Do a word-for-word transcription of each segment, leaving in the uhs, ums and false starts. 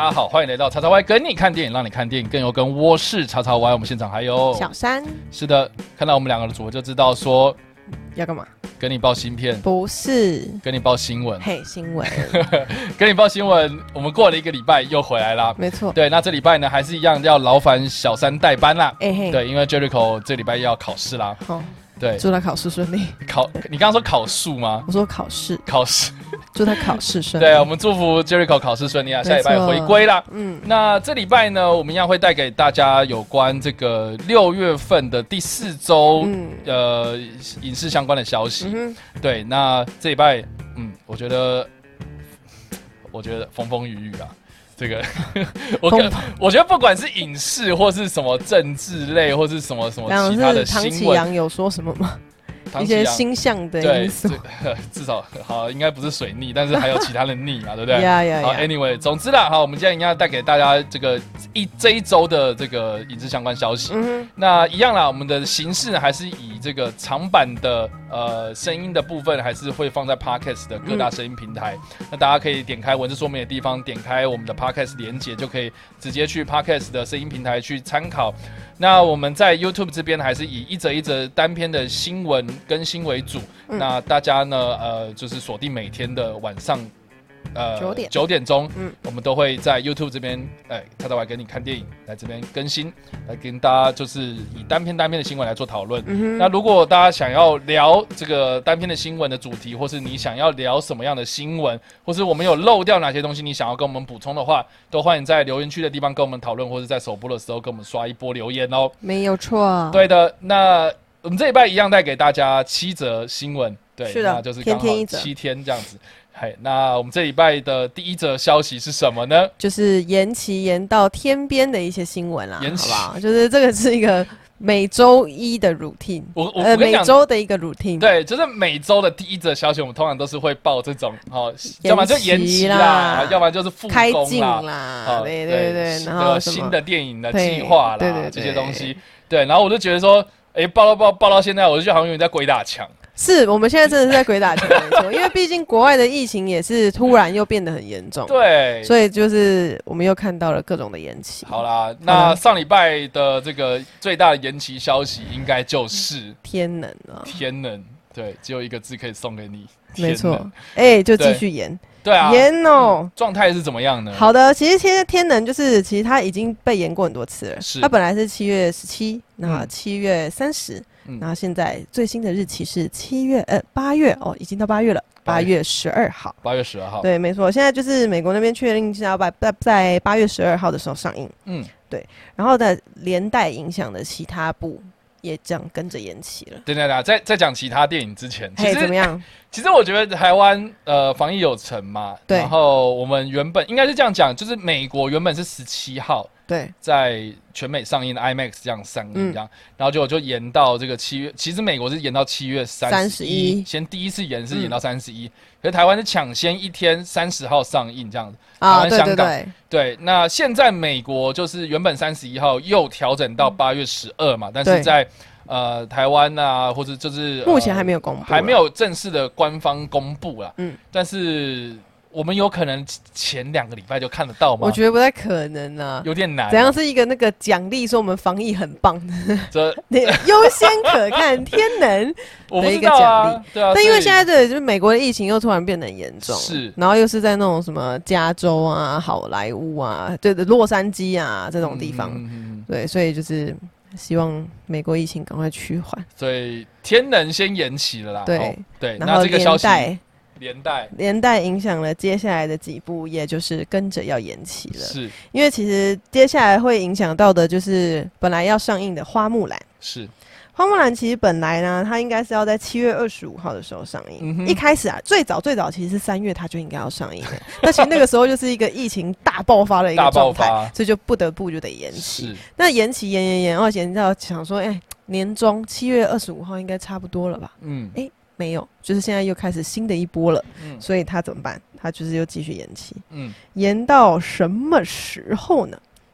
家好，欢迎来到叉叉 Y 跟你看电影，让你看电影更有跟。我是叉叉 Y， 我们现场还有小山。 是的，看到我们两个的组合就知道说要干嘛？ 跟你报新片？ 不是， 跟你报新闻。 嘿，新闻。 跟你报新闻，我们过了一个礼拜又回来啦。 没错。 对，那这礼拜呢还是一样要劳烦小山代班啦。 哎、欸、嘿。 对，因为 Jericho 这礼拜要考试啦。 好。 对， 祝他考试顺利。 考，你刚刚说考数吗？ 我说考试。 考试。 祝他考试顺利。 对，我们祝福 Jericho 考试顺利啊，下礼拜回归啦。嗯，那这礼拜呢，我们一样会带给大家有关这个六月份的第四周、嗯、呃影视相关的消息。嗯、对，那这礼拜，嗯，我觉得，我觉得风风雨雨啊。这个我跟我觉得不管是影视或是什么政治类或是什么什么其他的新闻， 唐启阳有说什么吗？一些星象的因素， 至少好应该不是水逆，但是还有其他的逆嘛，对不对？ yeah, yeah, yeah. 好 ，anyway， 总之啦，好，我们今天应该带给大家这个一这一周的这个影视相关消息。嗯、那一样啦，我们的形式还是以这个长版的呃声音的部分，还是会放在 Podcast 的各大声音平台。嗯、那大家可以点开文字说明的地方，点开我们的 Podcast 连结，就可以直接去 Podcast 的声音平台去参考。那我们在 YouTube 这边还是以一则一则单篇的新闻更新为主。嗯、那大家呢，呃，就是锁定每天的晚上，呃，九点九点钟，嗯，我们都会在 YouTube 这边，哎，叉叉 Y跟你看电影，来这边更新，来跟大家就是以单篇单篇的新闻来做讨论。嗯、那如果大家想要聊这个单篇的新闻的主题，或是你想要聊什么样的新闻，或是我们有漏掉哪些东西，你想要跟我们补充的话，都欢迎在留言区的地方跟我们讨论，或是在首播的时候跟我们刷一波留言哦。 没有错。 对的，那我们这礼拜一样带给大家七则新闻，对， 是的， 那就是刚好七天这样子。嘿，那我们这礼拜的第一则消息是什么呢？ 就是延期延到天边的一些新闻啦，好不好？就是这个是一个每周一的 routine， 我我呃每周的一个 routine， 对，就是每周的第一则消息，我们通常都是会报这种，哦，要不然就延期啦，要不然就是复工啦， 开镜啦，哦、对对对， 然后新的电影的计划啦，对对对对这些东西，对，然后我就觉得说，哎，报到报报到现在，我就觉得好像有点在鬼打墙。 是我们现在真的是在鬼打墙，没错，因为毕竟国外的疫情也是突然又变得很严重， 对， 所以就是我们又看到了各种的延期。 好啦，那上礼拜的这个最大的延期消息，应该就是天能啊， 天能，对，只有一个字可以送给你， 没错，哎、欸，就继续延。 对啊， 延哦， 状态是怎么样呢？ 好的，其实现在天能就是其实它已经被延过很多次了， 是它本来是七月十七，那七月三十。嗯、然后现在最新的日期是七月呃八月哦，已经到八月了，八月十二号。 八月十二号， 对，没错。现在就是美国那边确定是要在在八月十二号的时候上映。嗯，对。然后的连带影响的其他部也这样跟着延期了。 对对对，在在讲其他电影之前， 其实怎么样？ 其实我觉得台湾呃防疫有成嘛， 对。 然后我们原本应该是这样讲，就是美国原本是十七号。 对，在全美上映的 IMAX 这样上映这样，嗯、然后就就延到这个七月，其实美国是延到七月三十一，先第一次延是延到三十一，可是台湾是抢先一天三十号上映这样子。台湾、香港， 对对对，那现在美国就是原本三十一号又调整到八月十二嘛，但是在呃台湾啊，或者就是目前还没有公布、呃， 还没有正式的官方公布啦。嗯，但是。我们有可能前两个礼拜就看得到吗？ 我觉得不太可能啊， 有点难、啊。 怎样是一个那个奖励，说我们防疫很棒的， 这优先可看天能的一个奖励、 啊。对啊， 但因为现在对，就是美国的疫情又突然变得很严重， 是， 然后又是在那种什么加州啊、好莱坞啊、对的洛杉矶啊这种地方，嗯嗯嗯对，所以就是希望美国疫情赶快趋缓。 所以天能先延期了啦。 对、 哦、对， 然后那这个消息。 连带连带影响了接下来的几部，也就是跟着要延期了。 是， 因为其实接下来会影响到的就是本来要上映的《花木兰》。 是，《 花木兰》其实本来呢，它应该是要在七月二十五号的时候上映。嗯、一开始啊，最早最早其实是三月它就应该要上映了。那其实那个时候就是一个疫情大爆发的一个状态，所以就不得不就得延期。那延期延延延，而且你知道想说，哎、欸，年中七月二十五号应该差不多了吧？嗯，哎、欸。没有，就是现在又开始新的一波了，嗯，所以他怎么办？他就是又继续延期，嗯，延到什么时候呢？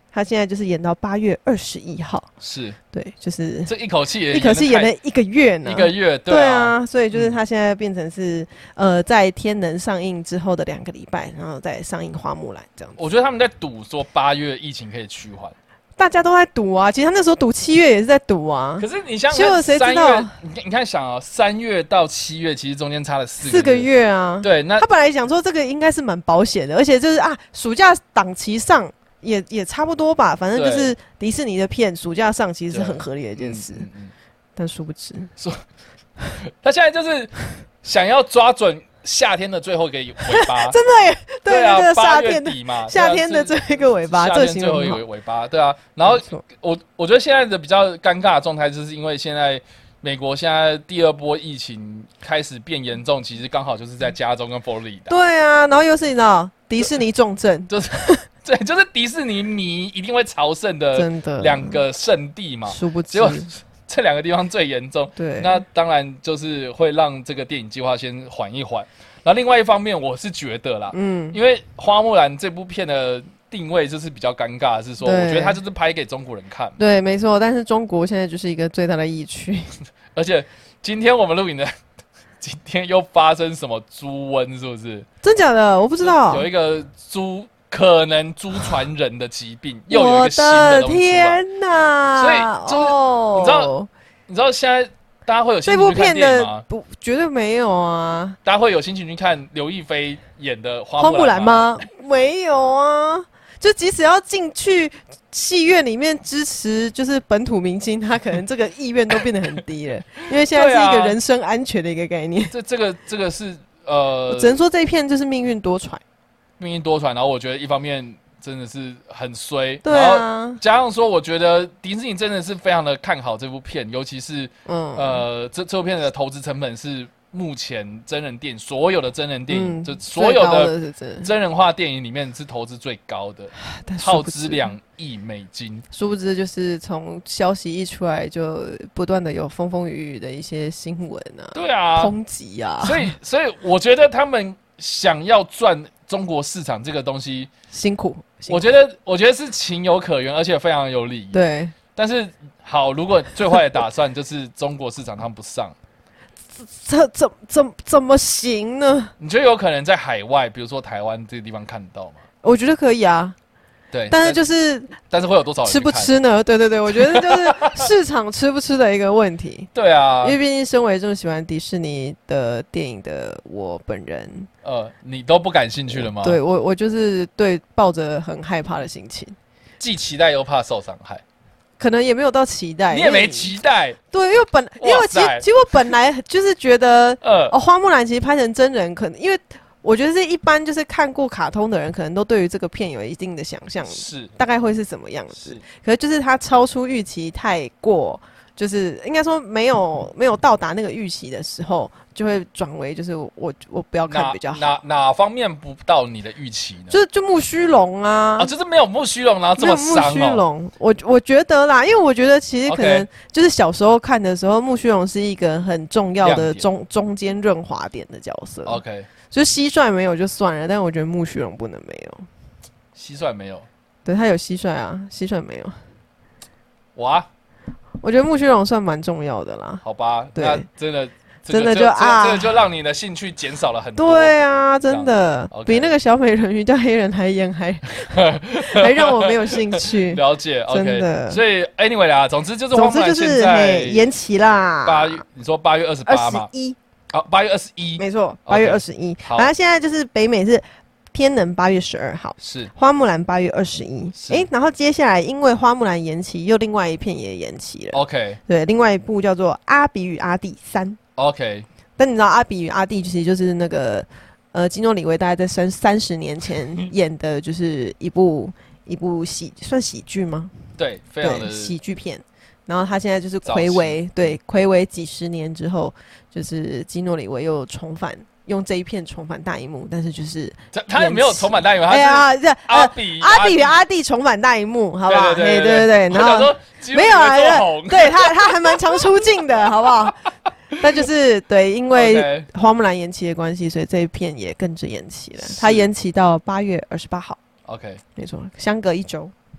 他现在就是演到八月二十一号， 是对，就是这一口气也一口气演了一个月呢， 一个月，对啊， 对啊，所以就是他现在变成是、嗯、呃，在天能上映之后的两个礼拜，然后再上映花木兰这样子。 我觉得他们在赌说八月疫情可以趋缓。 大家都在赌啊，其实他那时候赌七月也是在赌啊。 可是你想想看，三月，你你看想啊，三月到七月其实中间差了四个月四个月啊。 对，那他本来想说这个应该是蛮保险的，而且就是啊，暑假档期上也也差不多吧，反正就是迪士尼的片暑假上其实是很合理的一件事，嗯嗯嗯、但殊不知，说他现在就是想要抓准。夏天的最后一个尾巴， 真的耶！对对啊， 夏天底嘛， 夏天的最后一个尾巴， 夏天最后一个尾巴，对啊。然后我我觉得现在的比较尴尬的状态，就是因为现在美国现在第二波疫情开始变严重，其实刚好就是在加州跟佛罗里达。 对啊，然后又是你知道迪士尼重症， 就是对，就是迪士尼迷一定会朝圣的，真的两个圣地嘛。 殊不知。 这两个地方最严重， 对， 那当然就是会让这个电影计划先缓一缓。然后另外一方面，我是觉得啦，嗯，因为《花木兰》这部片的定位就是比较尴尬的是说，我觉得它就是拍给中国人看。 对，没错。但是中国现在就是一个最大的疫区， 而且今天我们录影的，今天又发生什么猪瘟，是不是？ 真假的？我不知道。 有一个猪。可能猪传人的疾病又有一个新的东西，我的天哪！ 所以就是、哦、你知道，你知道现在大家会有心情去看电影吗？ 不，绝对没有啊！ 大家会有心情去看刘亦菲演的花花木兰吗？没有啊！就即使要进去戏院里面支持，就是本土明星，他可能这个意愿都变得很低了，因为现在是一个人身安全的一个概念。 这这个这个是呃， 只能说这一片就是命运多舛。 命运多舛，然后我觉得一方面真的是很衰， 对啊， 然后加上说，我觉得迪士尼真的是非常的看好这部片，尤其是、嗯、呃这这部片的投资成本是目前真人电影所有的真人电影、嗯、就所有的真人化电影里面是投资最高的，耗资两亿美金。 殊不知就是从消息一出来，就不断的有风风雨雨的一些新闻啊， 对啊， 抨击啊， 所以所以我觉得他们想要赚中国市场这个东西辛苦，辛苦我觉得我觉得是情有可原，而且非常有理。 对， 但是好，如果最坏的打算就是中国市场他们不上， 这怎怎怎么行呢？ 你觉得有可能在海外，比如说台湾这个地方看得到吗？ 我觉得可以啊。 对， 但是就是但是会有多少人吃不吃呢？对对对，我觉得就是市场吃不吃的一个问题。 对啊， 因为毕竟身为这么喜欢迪士尼的电影的我本人， 呃，你都不感兴趣了吗？ 对我，我就是对抱着很害怕的心情， 既期待又怕受伤害。 可能也没有到期待， 你也没期待。 对，因为本因为其实其实我本来就是觉得，呃，哦，花木兰其实拍成真人，可能因为。我觉得是一般就是看过卡通的人，可能都对于这个片有一定的想象， 是大概会是什么样子。可是就是它超出预期太过，就是应该说没有没有到达那个预期的时候，就会转为就是我我不要看比较好。 哪哪方面不到你的预期呢？ 就是就木须龙啊， 啊，就是没有木须龙，然后这么伤哦。 木须龙，我我觉得啦，因为我觉得其实可能就是小时候看的时候，木须龙是一个很重要的中中间润滑点的角色。 OK。 就蟋蟀没有就算了，但我觉得木须龙不能没有。 蟋蟀没有， 对，它有蟋蟀啊，蟋蟀没有。 哇， 我觉得木须龙算蛮重要的啦。 好吧，对，那真的、这个、 真的就啊， 这个就让你的兴趣减少了很多。 对啊，真的、okay、比那个小美人鱼叫黑人还演还还让我没有兴趣。 了解 ，OK， 真的。 所以 anyway 啦，总之就是总之就是延期啦。 八月，你说八月二十八吗？ 二十一。 好，八月二十一， 没错，八月二十一。反正现在就是北美是天能八月十二号， 是花木兰八月二十一。哎，然后接下来因为花木兰延期，又另外一片也延期了。 OK， 对，另外一部叫做《阿比与阿弟三》。 OK， 但你知道《阿比与阿弟》其实就是那个呃，基诺里维大概在三三十年前演的，就是一部一部喜算喜剧吗？ 对，非常的喜剧片。然后他现在就是睽违对睽违几十年之后，就是基诺里维又重返，用这一片重返大荧幕，但是就是他也没有重返大荧幕，他是阿比阿比与阿弟重返大荧幕，好不好？ 对对对对对。然后没有啊，对他他还蛮常出镜的，好不好？但就是对，因为花木兰延期的关系，所以这一片也跟着延期了。它延期到八月二十八号。 OK， 没错，相隔一周。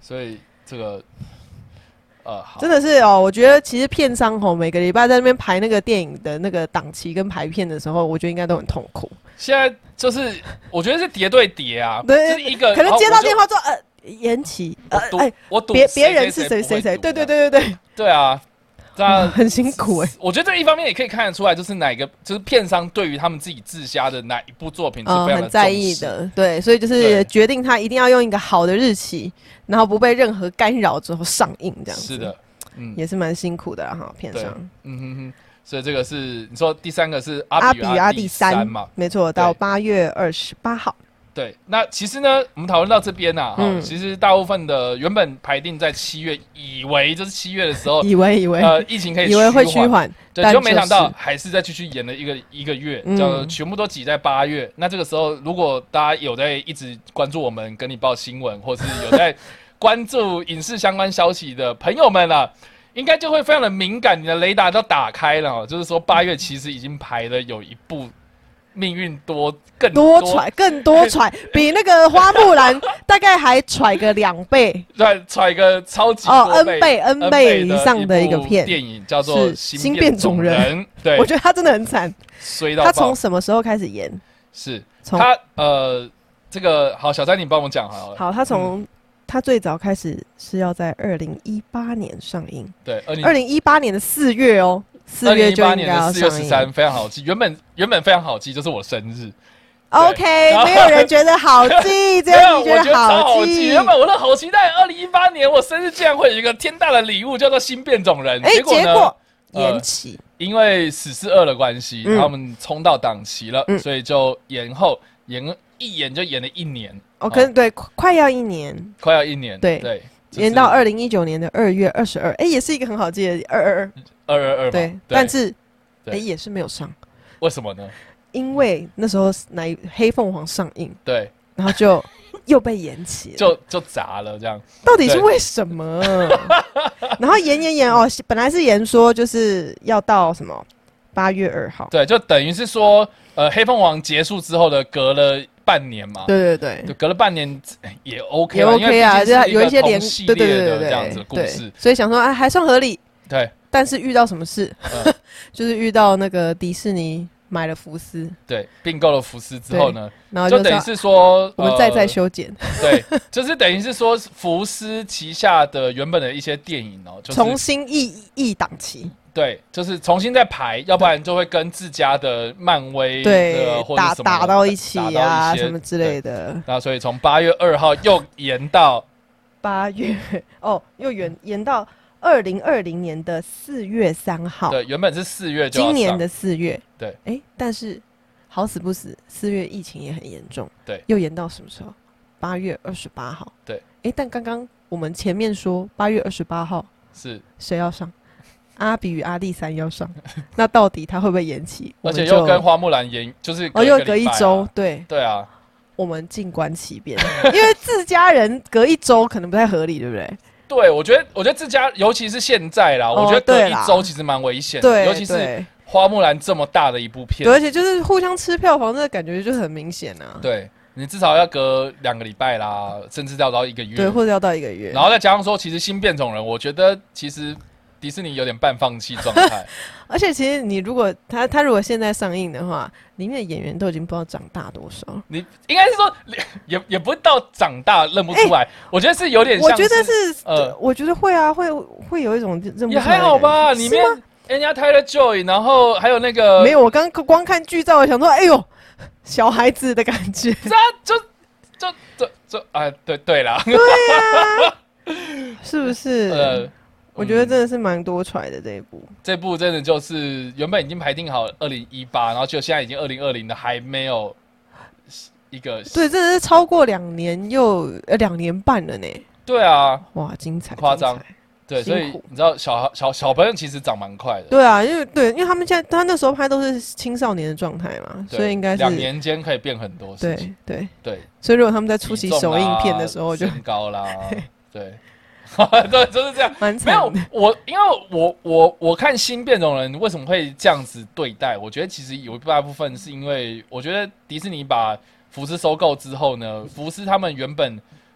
所以这个。呃， 真的是哦，我觉得其实片商吼每个礼拜在那边排那个电影的那个档期跟排片的时候，我觉得应该都很痛苦。 现在就是我觉得是叠对叠啊， 对， 就是一个可能接到电话说呃延期，呃哎我赌别别人是谁谁谁，对对对对对对啊，这样很辛苦哎。 我觉得这一方面也可以看得出来，就是哪个就是片商对于他们自己自家的哪一部作品是非常的很在意的，对，所以就是决定他一定要用一个好的日期。然后不被任何干扰之后上映，这样子是的， 嗯，也是蛮辛苦的哈，片商。 嗯哼哼，所以这个是你说第三个是阿比与阿弟三嘛？ 没错，到八月二十八号。 对，那其实呢，我们讨论到这边呐，哈、嗯，其实大部分的原本排定在七月，以为就是七月的时候， 以为以为呃疫情可以以为会趋缓， 对，结果没想到还是再继续延了一个一个月，这样全部都挤在八月。那这个时候，如果大家有在一直关注我们跟你报新闻，或是有在关注影视相关消息的朋友们啊，应该就会非常的敏感，你的雷达都打开了，就是说八月其实已经排了有一部命运多更多舛更多舛，比那个花木兰大概还舛个两倍， 对，舛个超级哦 n 倍 n 倍以上的一个片电影叫做《 新变种人》， 对， 我觉得他真的很惨， 衰到爆。 他从什么时候开始演？ 是他呃，这个好，小詹你帮我讲好了。 好，他从、嗯他最早开始是要在二零一八年上映， 对， 二零一八年的四月哦，四月就应该要上映。 四月十三非常好记，原本原本非常好记，就是我生日。 OK， 没有人觉得好记，只有你觉得好记。 原本我都好期待，二零一八年我生日竟然会有一个天大的礼物，叫做新变种人。 哎，结果呢？ 结果延期、 呃，因为死侍二的关系，嗯、他们冲到档期了、嗯，所以就延后，延一延就延了一年。 哦，可能对，快要一年， 快要一年， 对对， 延到二零一九年的二月二十二，哎，也是一个很好记的二二二二二二， 对，但是哎也是没有上， 为什么呢？ 因为那时候哪黑凤凰上映， 对， 然后就又被延期了， 就就砸了这样， 到底是为什么？然后延延延哦，本来是延说就是要到什么八月二号， 对，就等于是说，呃，黑凤凰结束之后的隔了。半年嘛， 对对对， 就隔了半年也 OK， 也 OK 啊，就有一些连系列的这样子的故事， 所以想说啊还算合理。 对， 但是遇到什么事？嗯、就是遇到那个迪士尼买了福斯， 对，并购了福斯之后呢， 然后就等于是说我们再再修剪， 对，就是等于是说福斯旗下的原本的一些电影哦，就是、 重新议议档期。 对，就是重新再排，要不然就会跟自家的漫威对或者什么打打到一起啊，什么之类的。 那所以从八月二号又延到八月哦，又延延到二零二零年的四月三号。 对，原本是四月就要上， 今年的四月。 对， 哎，但是好死不死，四月疫情也很严重。 对， 又延到什么时候？八月二十八号。 对， 哎，但刚刚我们前面说八月二十八号是谁要上？阿比与阿弟三要上，那到底他会不会延期？ 而且又跟花木兰延，就是哦，又隔一周，对对啊， 我们静观其变，因为自家人隔一周可能不太合理，对不对？ 对，我觉得，我觉得自家，尤其是现在啦，哦、我觉得隔一周其实蛮危险的， 对， 尤其是花木兰这么大的一部片， 对，而且就是互相吃票房，这个感觉就很明显啊。 对。你至少要隔两个礼拜啦，甚至要到一个月， 对，或者要到一个月。 然后再加上说，其实新变种人，我觉得其实迪士尼有点半放弃状态。 而且其实你如果他他如果现在上映的话，里面的演员都已经不知道长大多少。 你应该是说也也不会到长大认不出来，欸、我觉得是有点像是。 我觉得是呃，我觉得会啊，会会有一种认不出来。 也还好吧，里面人家 Taylor Joy， 然后还有那个没有，我刚光看剧照，我想说，哎呦。小孩子的感觉， 这就就就就啊，对对啦， 对啊，是不是？呃，我觉得真的是蛮多出来的这一部， 这部真的就是原本已经排定好二零一八，然后就现在已经二零二零了，还没有一个对，真的是超过两年又呃两年半了呢。 对啊， 哇，精彩， 夸张。对，所以你知道小小小朋友其实长蛮快的。 对啊，因为对，因为他们现在他那时候拍都是青少年的状态嘛，所以应该是两年间可以变很多事情。 对对对， 所以如果他们在出席首映片的时候就身高啦，对，对，就是这样。没有我，因为我我我看新变种人为什么会这样子对待？我觉得其实有一大部分是因为我觉得迪士尼把福斯收购之后呢，福斯他们原本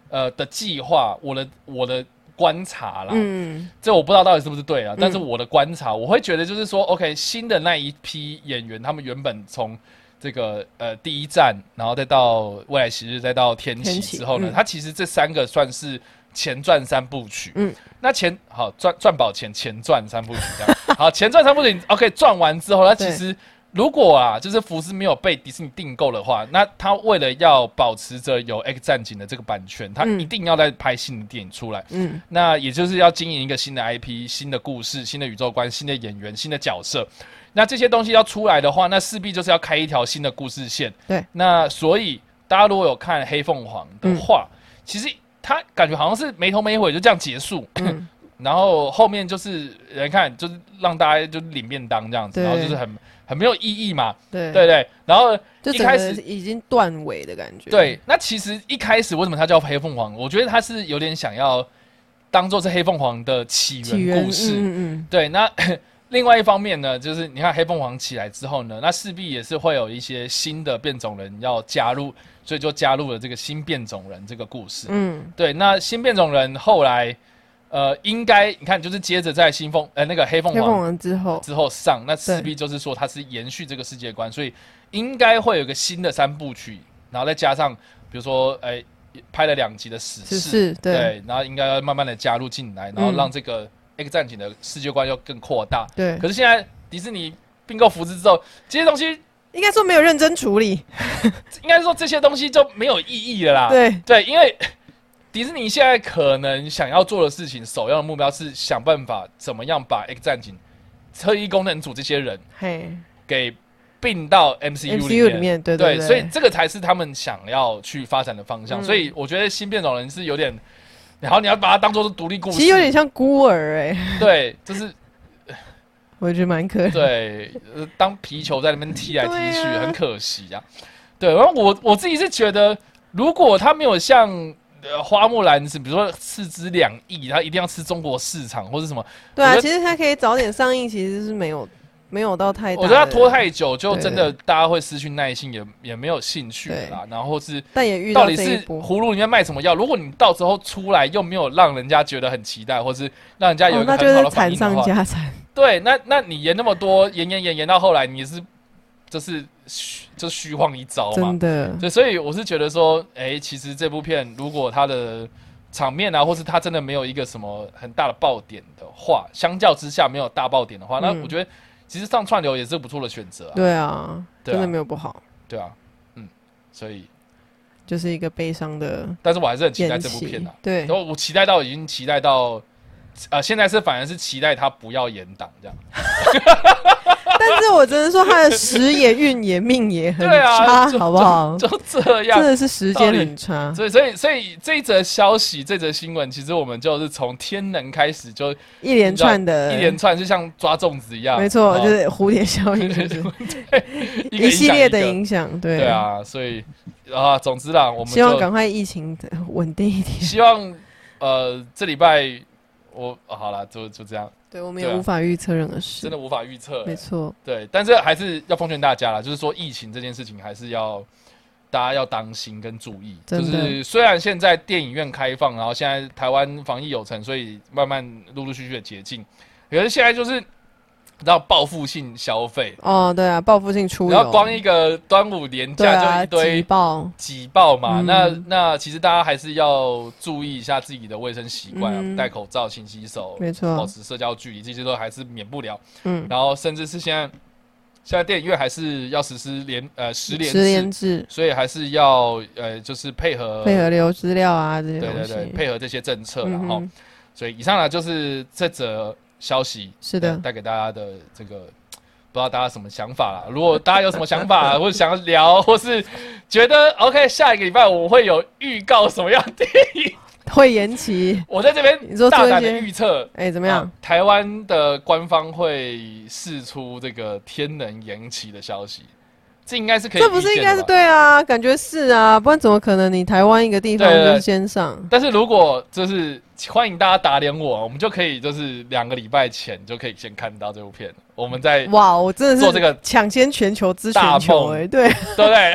呃的计划，我的我的观察啦，嗯，这我不知道到底是不是对啊，但是我的观察，我会觉得就是说 ，OK， 新的那一批演员，他们原本从这个呃第一站，然后再到未来昔日，再到天启之后呢，嗯、它其实这三个算是前传三部曲，嗯，那前好赚赚宝前前传三部曲这样，好前传三部曲 ，OK 赚完之后，它其实。如果啊，就是福斯没有被迪士尼订购的话，那他为了要保持着有 X 战警的这个版权，他一定要再拍新的电影出来。嗯，那也就是要经营一个新的 I P、新的故事、新的宇宙观、新的演员、新的角色。那这些东西要出来的话，那势必就是要开一条新的故事线。对，那所以大家如果有看黑凤凰的话，嗯、其实他感觉好像是没头没尾就这样结束。嗯然后后面就是人看，就是让大家就领便当这样子，然后就是很很没有意义嘛，对对对。然后一开始已经断尾的感觉。 对，那其实一开始为什么它叫黑凤凰？我觉得它是有点想要当做是黑凤凰的起源故事。嗯嗯。对，那另外一方面呢，就是你看黑凤凰起来之后呢，那势必也是会有一些新的变种人要加入，所以就加入了这个新变种人这个故事。嗯，对。那新变种人后来。呃，应该你看，就是接着在新凤呃那个黑凤凰, 凤凰之后之后上，那势必就是说它是延续这个世界观，所以应该会有一个新的三部曲，然后再加上比如说哎、呃、拍了两集的史事，对, 对，然后应该要慢慢的加入进来，然后让这个 X 战警的世界观又更扩大。对，可是现在迪士尼并购福斯之后，这些东西应该说没有认真处理， 应该说这些东西就没有意义了啦。对对，因为。迪士尼现在可能想要做的事情，首要的目标是想办法怎么样把 X 战警、特异功能组这些人给并到 M C U 里面，里面对 对, 对, 对，所以这个才是他们想要去发展的方向。嗯、所以我觉得新变种人是有点，然后你要把它当做是独立故事， 其实有点像孤儿哎、欸。 对，就是我觉得蛮可爱。 对，当皮球在那边踢来踢去，啊、很可惜啊。对，然后我我自己是觉得，如果他没有像。呃，花木兰是比如说斥资两亿，他一定要吃中国市场或是什么？ 对啊，其实他可以早点上映，其实是没有没有到太大。 我觉得他拖太久，就真的大家会失去耐心，也也没有兴趣啦。然后是， 但也遇到这一波， 到底是葫芦里面卖什么药？如果你到时候出来又没有让人家觉得很期待，或是让人家有一个很好的反应的话， 哦、那就是惨上加惨。 对，那那你演那么多，演演演演到后来，你是就是虚就虚晃一招嘛， 真的。 对，所以我是觉得说，哎、欸，其实这部片如果它的场面啊，或是它真的没有一个什么很大的爆点的话，相较之下没有大爆点的话，嗯、那我觉得其实上串流也是不错的选择啊。 对啊，对啊，真的没有不好。 对啊，嗯，所以就是一个悲伤的， 但是我还是很期待这部片啊。对，然后我期待到已经期待到，呃，现在是反而是期待他不要延档这样。 但是我只能说他的时也运也命也很差，啊、好不好？ 就, 就这样， 真的是时间很差。 所以，所以，所以这一则消息，这则新闻，其实我们就是从天能开始就一连串的， 一连串就像抓粽子一样。 没错，就是蝴蝶效应，就是一, 一系列的影响。对对啊，所以啊，总之啦，我们希望赶快疫情稳定一点。 希望呃，这礼拜我、哦、好啦，就就这样。 对，我们也无法预测任何事， 真的无法预测， 没错。 对，但是还是要奉劝大家啦，就是说疫情这件事情还是要大家要当心跟注意。就是虽然现在电影院开放，然后现在台湾防疫有成，所以慢慢陆陆续续的解禁，可是现在就是你知道报复性消费哦，对啊，报复性出游， 然后光一个端午连假就一堆挤爆挤爆嘛，嗯、那那其实大家还是要注意一下自己的卫生习惯、啊，嗯、戴口罩、勤洗手， 没错， 保持社交距离，这些都还是免不了。嗯，然后甚至是现在现在电影院还是要实施连呃实联制， 实联制， 所以还是要呃就是配合配合留资料啊这些东西， 对对对，配合这些政策，然后、嗯、所以以上呢就是这则消息是的， 带给大家的这个不知道大家什么想法啦。如果大家有什么想法，或者想要聊，或是觉得 OK， 下一个礼拜我会有预告什么样的电影会延期， 我在这边大胆的预测， 哎、欸，怎么样、啊？ 台湾的官方会释出这个天能延期的消息。这应该是可以， 这不是应该是对啊？感觉是啊，不然怎么可能你台湾一个地方就先上？ 但是如果就是欢迎大家打脸我，我们就可以就是两个礼拜前就可以先看到这部片。我们在哇，我真的是做这个抢先全球资全球哎、欸，对对不对？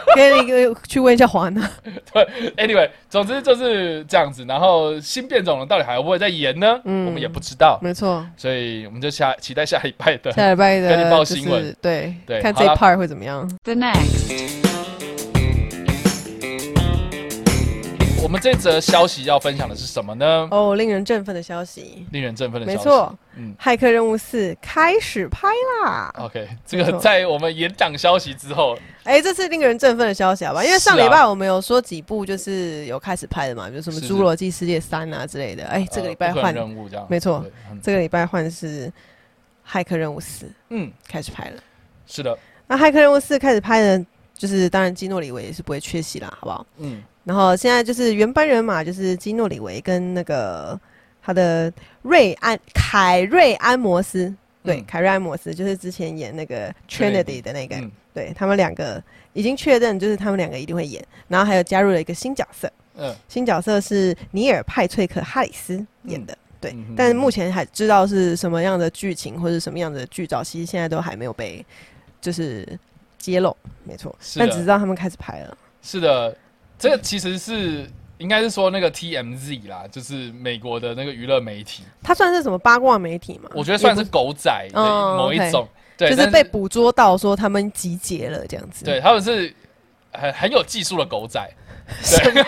可以去问一下华纳。 对 ，anyway， 总之就是这样子。然后新变种人到底还会不会再演呢？嗯，我们也不知道。 没错， 所以我们就下期待下礼拜的下礼拜的跟你报新闻。 对对，看这一 part 会怎么样。 The next。 我们这则消息要分享的是什么呢？ 哦，令人振奋的消息， 令人振奋的消息， 没错，嗯，骇客任务四开始拍啦。 OK， 这个在我们延档消息之后， 哎、欸，这是令人振奋的消息好吧？因为上礼拜我们有说几部就是有开始拍的嘛，比如什么《侏罗纪世界三》啊之类的。哎、欸，这个礼拜换、呃、 任务这样， 没错，这个礼拜换是骇客任务四，嗯，开始拍了。 是的， 那骇客任务四开始拍的，就是当然基诺里维也是不会缺席啦，好不好？嗯。然后现在就是原班人马，就是基诺里维跟那个他的瑞安凯瑞安摩斯，对，嗯、凯瑞安摩斯就是之前演那个 Trinity 的那个，嗯、对他们两个已经确认，就是他们两个一定会演。然后还有加入了一个新角色，嗯，新角色是尼尔派翠克哈里斯演的，嗯、对。嗯、但是目前还知道是什么样的剧情或者什么样的剧照，其实现在都还没有被就是揭露，没错。但只知道他们开始拍了。 是的。这个其实是应该是说那个 T M Z 啦，就是美国的那个娱乐媒体。 它算是什么八卦媒体吗？ 我觉得算是狗仔的某一种， 哦 okay、对，就是被捕捉到说他们集结了这样子。 对，他们是很很有技术的狗仔。对，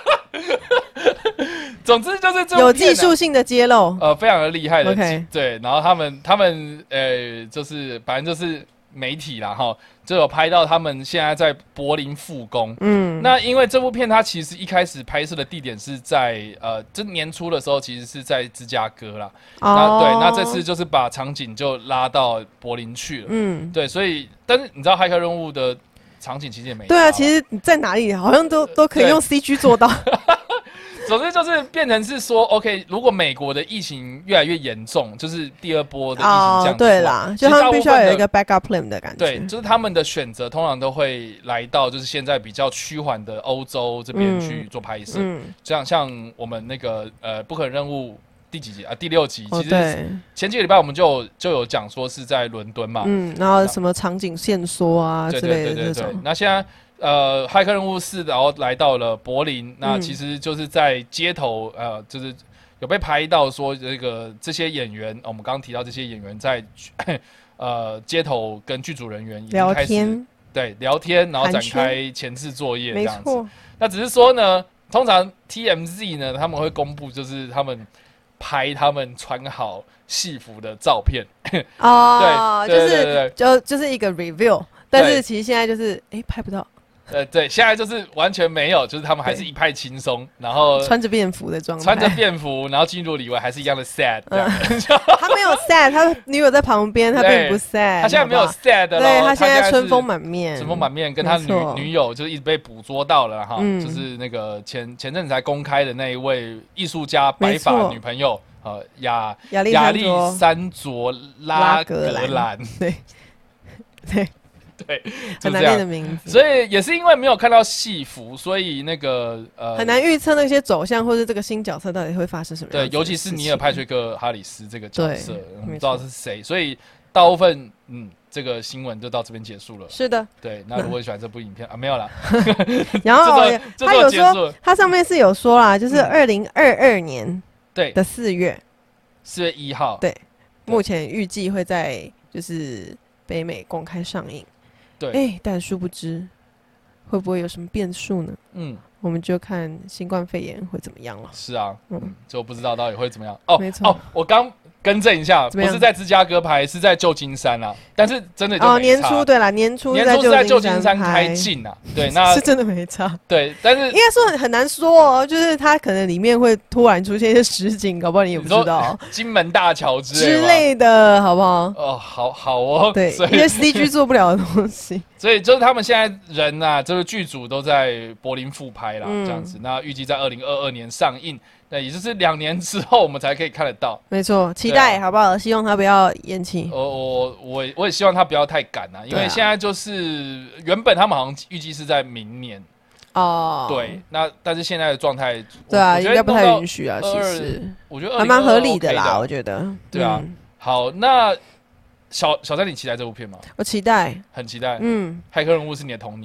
总之就是这、啊、 有技术性的揭露， 呃，非常的厉害的。 Okay、 对，然后他们他们呃，就是反正就是媒体啦哈。就有拍到他们现在在柏林复工，嗯，那因为这部片它其实一开始拍摄的地点是在呃，这年初的时候其实是在芝加哥啦，哦、那对，那这次就是把场景就拉到柏林去了，嗯，对，所以但是你知道骇客任务的场景其实也没对啊，其实你在哪里好像都都可以用 C G 做到。 总之就是变成是说 ，OK， 如果美国的疫情越来越严重，就是第二波的疫情这样子，哦、 对啦，就他们必须要有一个 backup plan 的感觉。 对，就是他们的选择通常都会来到就是现在比较趋缓的欧洲这边去做拍摄。嗯，这样像我们那个呃不可能任务第几集啊？第六集，其实前几个礼拜我们就就有讲说是在伦敦嘛， 嗯，然后什么场景线索啊之类的这种。 那现在。呃，骇客任务四，然后来到了柏林，那其实就是在街头，呃，就是有被拍到说这个这些演员，哦、我们刚刚提到这些演员在呃街头跟剧组人员已经开始聊天， 对聊天，然后展开前置作业这样子。那只是说呢，通常 T M Z 呢他们会公布就是他们拍他们穿好戏服的照片。 哦，对，就是就就是一个 review， 但是其实现在就是哎、欸、拍不到。 呃，对，现在就是完全没有，就是他们还是一派轻松，然后穿着便服的状态， 穿着便服，然后进入里维还是一样的 sad，、嗯、 他没有 sad， 他女友在旁边，他并不 sad， 他现在没有 sad 了， 对，他现在春风满面， 春风满面，跟他女女友就是一直被捕捉到了哈，嗯、就是那个前前阵子才公开的那一位艺术家白发女朋友，呃，亚亚历山卓拉格兰， 对对。 对， 很难念的名字， 所以也是因为没有看到戏服，所以那个呃很难预测那些走向，或是这个新角色到底会发生什么样的。 对，尤其是尼尔派翠克哈里斯这个角色，我们不知道是谁，所以大部分嗯，这个新闻就到这边结束了。 是的， 对。那如果喜欢这部影片啊，没有啦。 然后他有说，他上面是有说啦，就是二零二二年对的四月， 四月一号， 对，目前预计会在就是北美公开上映。 对， 哎、欸，但殊不知会不会有什么变数呢？嗯，我们就看新冠肺炎会怎么样了。 是啊，嗯，就不知道到底会怎么样。哦， 没错。 哦，我刚更正一下，不是在芝加哥拍，是在旧金山啊。但是真的就没差。 哦，年初对啦，年初年初是在旧金山开镜啊。对，那是真的没差。 对，但是应该说很很难说哦，就是它可能里面会突然出现一些实景，搞不好你也不知道。 金门大桥之类之类的，好不好？ 哦，好好哦。 对，因为 C G 做不了的东西。 所以就是他们现在人啊，就是剧组都在柏林复拍啦，嗯、这样子。那预计在二零二二年上映，那也就是两年之后我们才可以看得到。 没错，期待、啊、好不好？希望他不要延期。 我我我我也希望他不要太赶啊，因为现在就是原本他们好像预计是在明年哦。对，那但是现在的状态， 对啊，应该不太允许啊。其实我觉得还蛮合理的啦，我觉得。 对啊，嗯、好，那。小小詹，你期待这部片吗？ 我期待， 很期待。嗯，骇客任务是你的童年。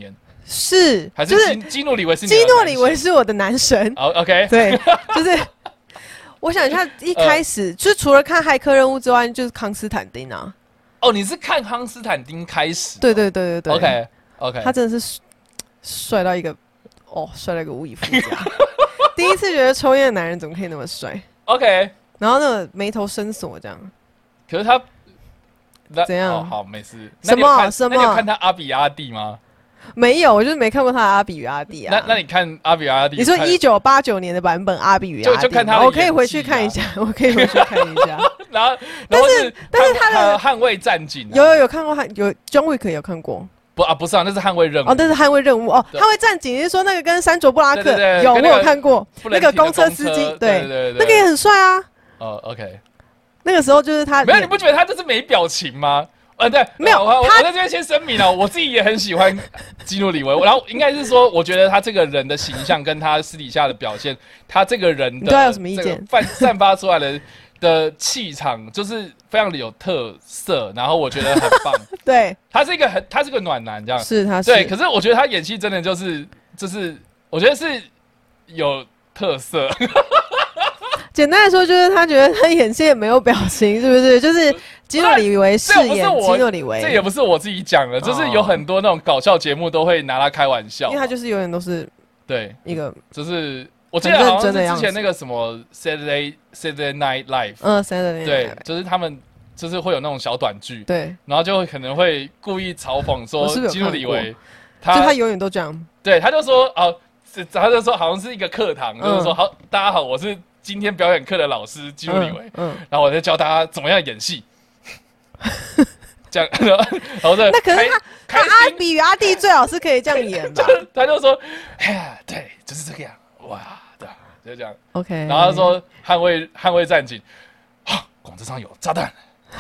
是， 还是基基努里维是你的基努里维是我的男神。 哦 ，OK， 对，就是我想一下，一开始、呃、就是除了看骇客任务之外，就是康斯坦丁啊。 哦，你是看康斯坦丁开始、哦？ 对对对对对。 OK OK， 他真的是帅到一个哦，帅到一个无以复加。第一次觉得抽烟的男人怎么可以那么帅 ？OK， 然后那个眉头深锁这样。 可是他怎样？ 哦、好，没事。 什么什么？ 那你有看他阿比阿弟吗？ 没有，我就是没看过他的阿比与阿弟啊。 那那你看阿比与阿弟？ 你说一九八九年的版本阿比与阿弟， 就就看他、啊， 我可以回去看一下，我可以回去看一下。 然后， 但是但是他的捍卫战警、啊， 有有有看过，有 John Wick 有看过。 不啊，不是啊，那是捍卫任务。 哦，那是捍卫任务哦，捍卫战警，你是说那个跟山卓布拉克？ 对对对有，我有看过。 那个公车司机， 对对对， 那个也很帅啊。 哦 ，OK。 那个时候就是他， 没有，你不觉得他就是没表情吗？呃，对， 没有， 我我在这边先声明了，我自己也很喜欢基努里维，然后应该是说，我觉得他这个人的形象跟他私底下的表现，他这个人的， 你对他有什么意见？ 散散发出来的的气场就是非常的有特色，然后我觉得很棒。 对， 他是一个很，他是个暖男，这样是他是对，可是我觉得他演戏真的就是就是，我觉得是有特色。 简单来说，就是他觉得他演戏也没有表情，是不是？就是基努里维饰演基努里维， 这也不是我自己讲的，就是有很多那种搞笑节目都会拿他开玩笑， 因为他就是永远都是对一个， 就是我记得好像是之前那个什么 Saturday Saturday Night Live， 嗯 ，Saturday， 对，就是他们就是会有那种小短剧， 对， 然后就会可能会故意嘲讽说基努里维， 他就他永远都这样， 对，他就说哦，他就说好像是一个课堂，就是说好，大家好，我是。今天表演课的老师基努里维，嗯，嗯然后我在教大家怎么样演戏，这样，然后那可是他，他阿比与阿弟最好是可以这样演吧？ 他就说，哎呀，对，就是这个样，哇，对，就这样 ，OK。 然后他说捍卫捍卫战警，啊，广车上有炸弹，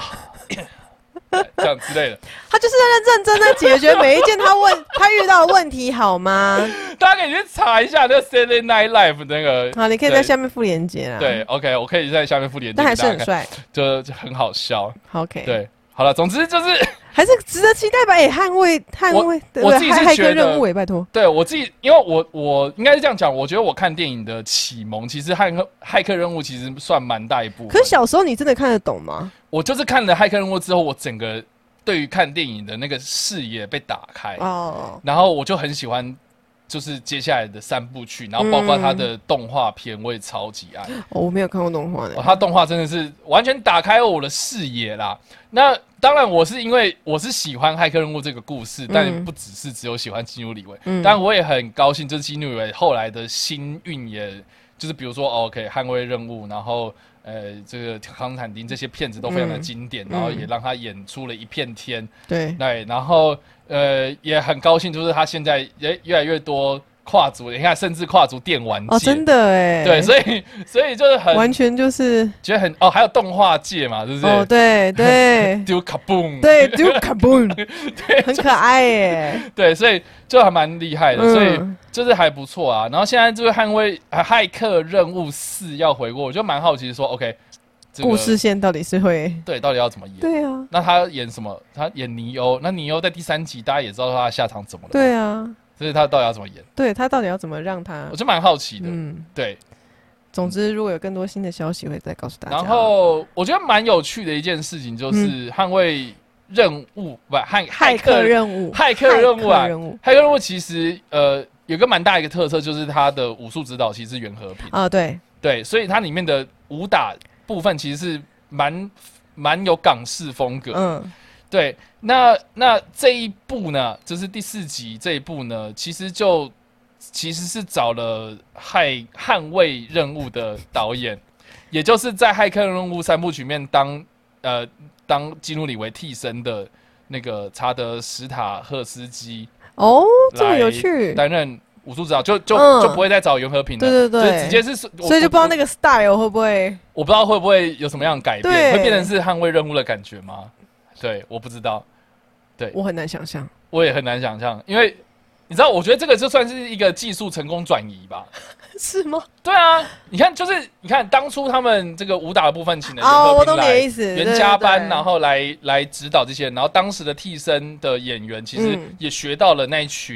这样之类的。 他就是在认真的解决每一件他问他遇到的问题，好吗？ 大家可以去查一下那个 Saturday Night Live 那个。 好，你可以在下面附链接啦。 对 ，OK， 我可以在下面附链接。 但还是很帅， 就就很好笑。 OK， 对，好了，总之就是还是值得期待吧。哎，捍卫捍卫， 我自己是觉得任务，哎，拜托。 对我自己，因为我我应该是这样讲，我觉得我看电影的启蒙，其实骇客骇客任务其实算蛮大一部分。 可是小时候你真的看得懂吗？ 我就是看了骇客任务之后，我整个对于看电影的那个视野被打开哦，然后我就很喜欢。就是接下来的三部曲，然后包括他的动画片，我也超级爱。 哦，我没有看过动画的。 哦，他动画真的是完全打开我的视野啦。那当然，我是因为我是喜欢骇客任务这个故事，但不只是只有喜欢基努里维。嗯，但我也很高兴，就是基努里维后来的新运也，就是比如说、哦、，OK， 捍卫任务，然后呃，这个康斯坦丁这些片子都非常的经典，嗯、然后也让他演出了一片天。 对对，然后。呃，也很高兴，就是他现在也越来越多跨足，你看，甚至跨足电玩界， 哦，真的哎， 对，所以所以就是很完全就是觉得很哦，还有动画界嘛，是不是？ 哦，对对， 丢卡嘣， 对，丢卡嘣， 对， 很可爱耶， 对，所以就还蛮厉害的，嗯、所以就是还不错啊。然后现在这个捍卫骇客任务四要回国，我就蛮好奇说 ，OK。这个、 故事线到底是会对，到底要怎么演？ 对啊， 那他演什么？他演尼欧，那尼欧在第三集大家也知道他的下场怎么了。 对啊， 所以他到底要怎么演？ 对他到底要怎么让他？ 我就蛮好奇的。嗯，对。 总之，如果有更多新的消息，会再告诉大家。 然后我觉得蛮有趣的一件事情就是捍卫任务，不骇骇客任务， 骇客任务啊，骇客任务其实呃有个蛮大一个特色，就是它的武术指导其实是袁和平啊，对对，所以它里面的武打部分其实是蛮蛮有港式风格，嗯，对。那那这一部呢，就是第四集这一部呢，其实就其实是找了捍捍卫任务的导演，也就是在骇客任务三部曲里面当呃当基努里维替身的那个查德史塔赫斯基哦，这么有趣， 担任。武术指导就就、嗯、就不会再找袁和平了， 对对对， 就直接是， 所以就不知道那个 style 会不会， 我不知道会不会有什么样的改变，会变成是捍卫任务的感觉吗？对，我不知道，对我很难想象， 我也很难想象，因为你知道，我觉得这个就算是一个技术成功转移吧， 是吗？ 对啊，你看，就是你看当初他们这个武打的部分请了袁和平来，袁家班， 对对对， 然后来来指导这些人，然后当时的替身的演员其实也学到了那一群。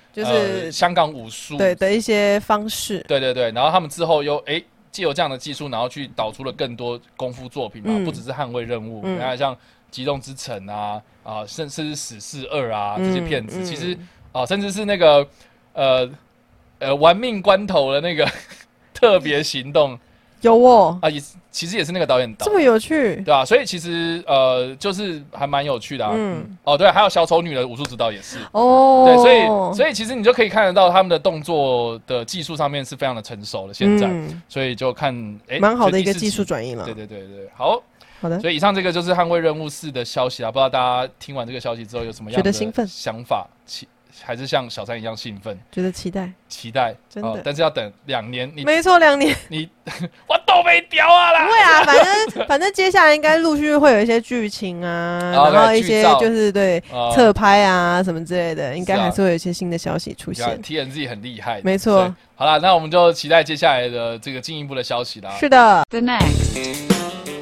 就是、呃、 香港武术对的一些方式。 对对对，然后他们之后又哎借由这样的技术，然后去导出了更多功夫作品嘛，嗯、不只是捍卫任务，你看、嗯、像极冻之城啊啊，甚至是死侍二啊、嗯、这些片子，嗯、其实啊，甚至是那个呃呃玩命关头的那个特别行动。 有哦啊，也其实也是那个导演导， 这么有趣， 对吧、啊？所以其实呃，就是还蛮有趣的啊。嗯，嗯哦，对，还有小丑女的武术指导也是哦，对，所以所以其实你就可以看得到他们的动作的技术上面是非常的成熟了。现在，嗯、所以就看哎， 蛮好的一个技术转移了。 对对对对，好好的。 所以以上这个就是《捍卫任务四》的消息啊，不知道大家听完这个消息之后有什么样的想法？还是像小三一样兴奋， 觉得期待， 期待， 真的、哦， 但是要等两年。你没错，两年， 你我都没屌啊啦！ 不会啊，反正反正接下来应该陆续会有一些剧情啊，哦、然后一些就是对侧、哦、拍啊什么之类的，应该还是会有一些新的消息出现。 T N Z 很厉害， 没错。 好啦，那我们就期待接下来的这个进一步的消息啦。 是的 ，The next。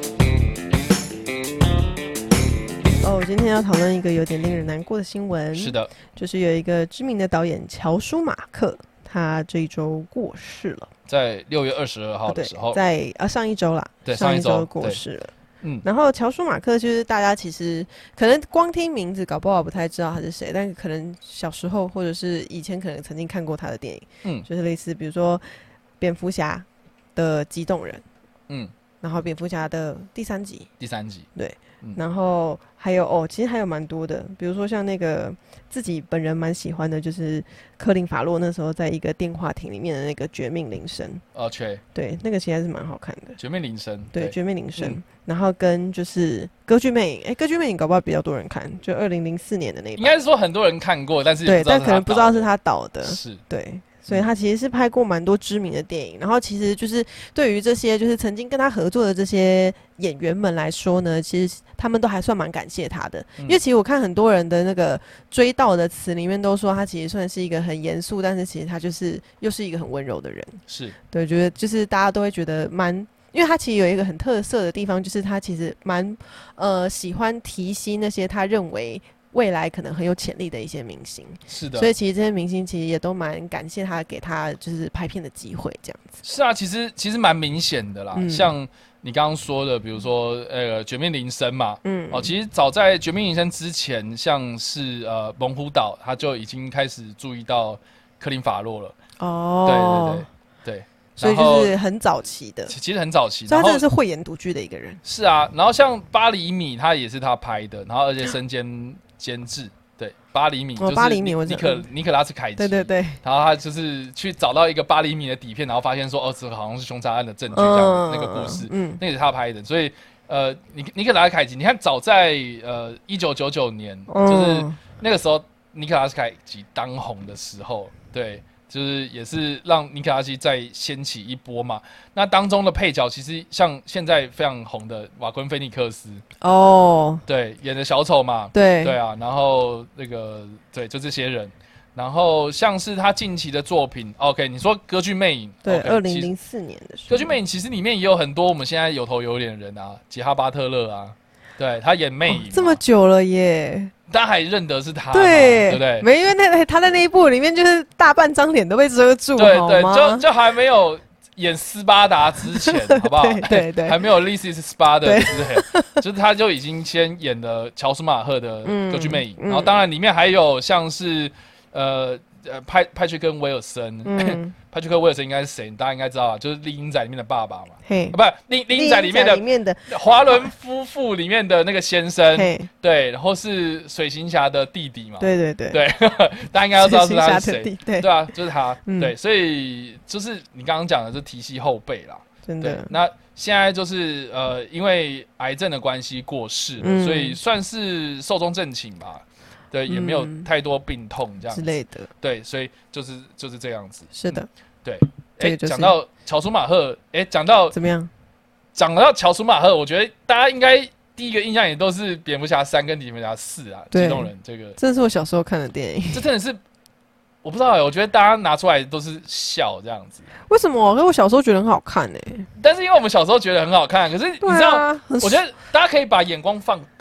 哦，今天要讨论一个有点令人难过的新闻。 是的， 就是有一个知名的导演乔舒马克，他这一周过世了， 在六月二十二号的时候， 啊在啊上一周啦， 对， 上一周过世了。嗯，然后乔舒马克就是大家其实可能光听名字搞不好不太知道他是谁，但可能小时候或者是以前可能曾经看过他的电影，嗯，就是类似比如说蝙蝠侠的激动人，嗯，然后蝙蝠侠的第三集， 第三集， 对。嗯、然后还有哦，其实还有蛮多的，比如说像那个自己本人蛮喜欢的，就是科林法洛那时候在一个电话亭里面的那个《绝命铃声》。 哦，确对，那个其实还是蛮好看的，《 绝命铃声》 对，《绝命铃声》嗯。然后跟就是《歌剧魅影》，哎，《歌剧魅影》搞不好比较多人看，就二零零四年的那一版。 应该是说很多人看过，但是对，但可能不知道是他导的， 是对。所以他其实是拍过蛮多知名的电影，然后其实就是对于这些就是曾经跟他合作的这些演员们来说呢，其实他们都还算蛮感谢他的，嗯、因为其实我看很多人的那个追悼的词里面都说他其实算是一个很严肃，但是其实他就是又是一个很温柔的人， 是对，觉得就是大家都会觉得蛮，因为他其实有一个很特色的地方，就是他其实蛮呃喜欢提携那些他认为未来可能很有潜力的一些明星， 是的， 所以其实这些明星其实也都蛮感谢他给他就是拍片的机会，这样子。 是啊，其实其实蛮明显的啦，嗯、像你刚刚说的，比如说呃《绝命铃声》嘛，嗯，哦，其实早在《绝命铃声》之前，像是呃猛虎岛，他就已经开始注意到科林法洛了。哦，对对对对。 所以就是很早期的， 其实很早期， 所以他真的是慧眼独具的一个人。 是啊，然后像八厘米，他也是他拍的，然后而且身兼监制，对，八厘米就是八厘米， 尼可尼可拉斯凯奇， 对对对， 然后他就是去找到一个八厘米的底片，然后发现说，哦，这好像是凶杀案的证据，这样那个故事，嗯，那个是他拍的，所以呃，尼尼可拉斯凯奇，你看早在呃一九九九年，就是那个时候尼可拉斯凯奇当红的时候，对。就是也是让尼可拉斯再掀起一波嘛。那当中的配角其实像现在非常红的瓦昆菲尼克斯哦，对，演的小丑嘛， 对对啊，然后那个对，就这些人。然后像是他近期的作品 ，OK， 你说《歌剧魅影》， 对，二零零四年的时候，《 歌剧魅影》其实里面也有很多我们现在有头有脸的人啊，杰哈巴特勒啊，对他演魅影、哦、 这么久了耶。 大家还认得是他， 对， 对不对？ 没，因为那他在那一部里面就是大半张脸都被遮住， 对对，就就还没有演斯巴达之前，好不好？ 对 对, 对， 还没有 This is Sparta 之前，就是他就已经先演了乔舒马赫的《歌剧魅影》，嗯，然后当然里面还有像是呃呃派派翠克威尔森。嗯派翠克威尔森应该是谁？大家应该知道啊，就是《丽婴仔》里面的爸爸嘛，嘿，啊、不是《丽丽婴仔》里面的里面的华伦夫妇里面的那个先生，对，然后是水行侠的弟弟嘛， 对对对对，大家应该都知道是他是谁， 对对啊，就是他，嗯、对，所以就是你刚刚讲的是提携后辈啦， 真的。 那现在就是呃，因为癌症的关系过世了，嗯、所以算是寿终正寝吧。对，也没有太多病痛这样子之类的， 对，所以就是就是这样子。 是的，嗯、 对。哎、欸，讲到乔舒马赫，哎、欸，讲到怎么样？ 讲到乔舒马赫，我觉得大家应该第一个印象也都是蝙蝠侠三跟蝙蝠侠四啊，激动人这个， 这是我小时候看的电影， 这真的是。我不知道哎、欸，我觉得大家拿出来都是笑这样子。 为什么？因为我小时候觉得很好看哎、欸。 但是因为我们小时候觉得很好看，可是你知道，啊、我觉得大家可以把眼光放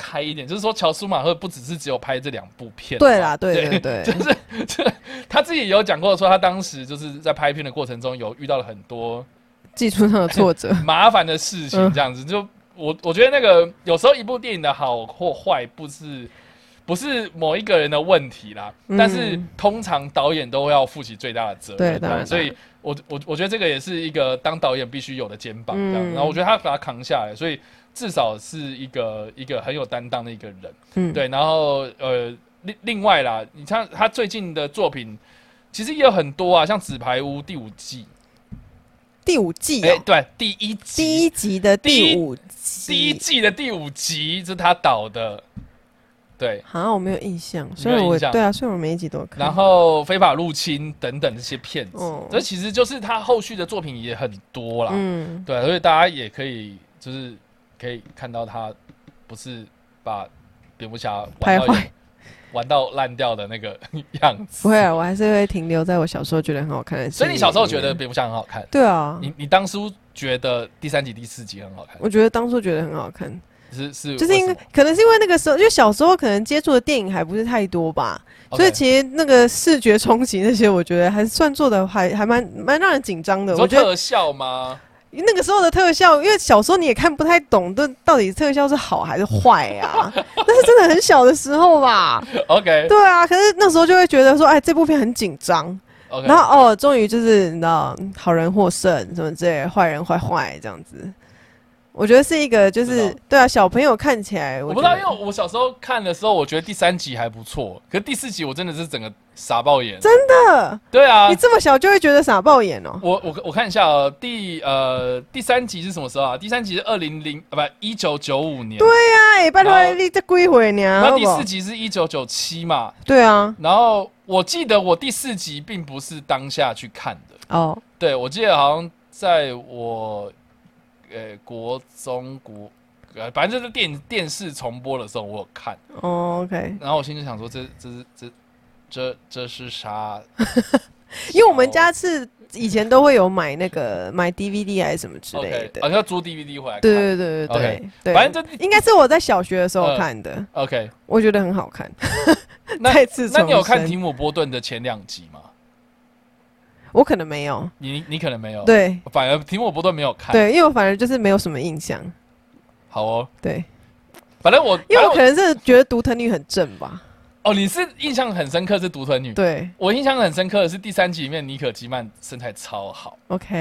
开一点，就是说乔舒马赫不只是只有拍这两部片， 对啦，对对 对, 对，就是这他自己也有讲过，说他当时就是在拍片的过程中有遇到了很多技术上的挫折、 麻烦的事情，这样子。嗯、就我我觉得那个有时候一部电影的好或坏，不是不是某一个人的问题啦，嗯、但是通常导演都要负起最大的责任，对，所以我我我觉得这个也是一个当导演必须有的肩膀，这样。嗯、然后我觉得他把他扛下来，所以至少是一个一个很有担当的一个人，嗯，对。然后呃，另另外啦，你看他最近的作品，其实也有很多啊，像《纸牌屋》第五季。 第五季、哦，哎、 欸，对，第一集， 第一集的第五集， 第一季的第五集是他导的，对， 好像我没有印象，所以我对啊，所以我每一集都有看。 然后非法入侵等等这些片子，哦、这其实就是他后续的作品也很多啦，嗯，对，所以大家也可以就是可以看到他不是把蝙蝠侠拍坏。 玩到烂掉的那个样子， 不会啊，我还是会停留在我小时候觉得很好看的。 所以你小时候觉得蝙蝠侠很好看？ 对啊， 你你当初觉得第三集、第四集很好看？ 我觉得当初觉得很好看， 是是， 就是因为可能是因为那个时候，就小时候可能接触的电影还不是太多吧， okay. 所以其实那个视觉冲击那些，我觉得还算做的还还蛮蛮让人紧张的。 我觉得特效吗？ 那个时候的特效，因为小时候你也看不太懂，这到底特效是好还是坏啊？那是真的很小的时候吧 ？OK， 对啊，可是那时候就会觉得说，哎，这部片很紧张。Okay. 然后哦，终于就是你知道，好人获胜什么之类，坏人坏坏这样子。我觉得是一个，就是对啊，小朋友看起来我， 我不知道，因为我小时候看的时候，我觉得第三集还不错，可是第四集我真的是整个傻爆眼。 真的？ 对啊， 你这么小就会觉得傻爆眼哦。 我我我看一下哦，第呃第三集是什么时候啊？第三集是二零零啊不一九九五年。 对呀、啊，哎，拜托你这几回呢？ 然后第四集是一九九七嘛？ 对啊。 然后我记得我第四集并不是当下去看的哦，对，我记得好像在我。呃，国中国，呃，反正就是电电视重播的时候，我有看。 哦 ，OK。 然后我心里想说，这这是这这这是啥？ 因为我们家是以前都会有买那个买 D V D 还是什么之类的， 好像、okay, 要租 D V D 回来看。 对对对对 okay, 对， 反正这应该是我在小学的时候看的。 呃、OK， 我觉得很好看。 再次重生。那你有看提姆波顿的前两集吗？ 我可能没有， 你你可能没有， 对， 反而提姆波顿没有看， 对，因为我反而就是没有什么印象。 好哦， 对， 反正我因为我可能是觉得独藤女很正吧。 哦，你是印象很深刻是独藤女， 对， 我印象很深刻的是第三集里面妮可基曼身材超好。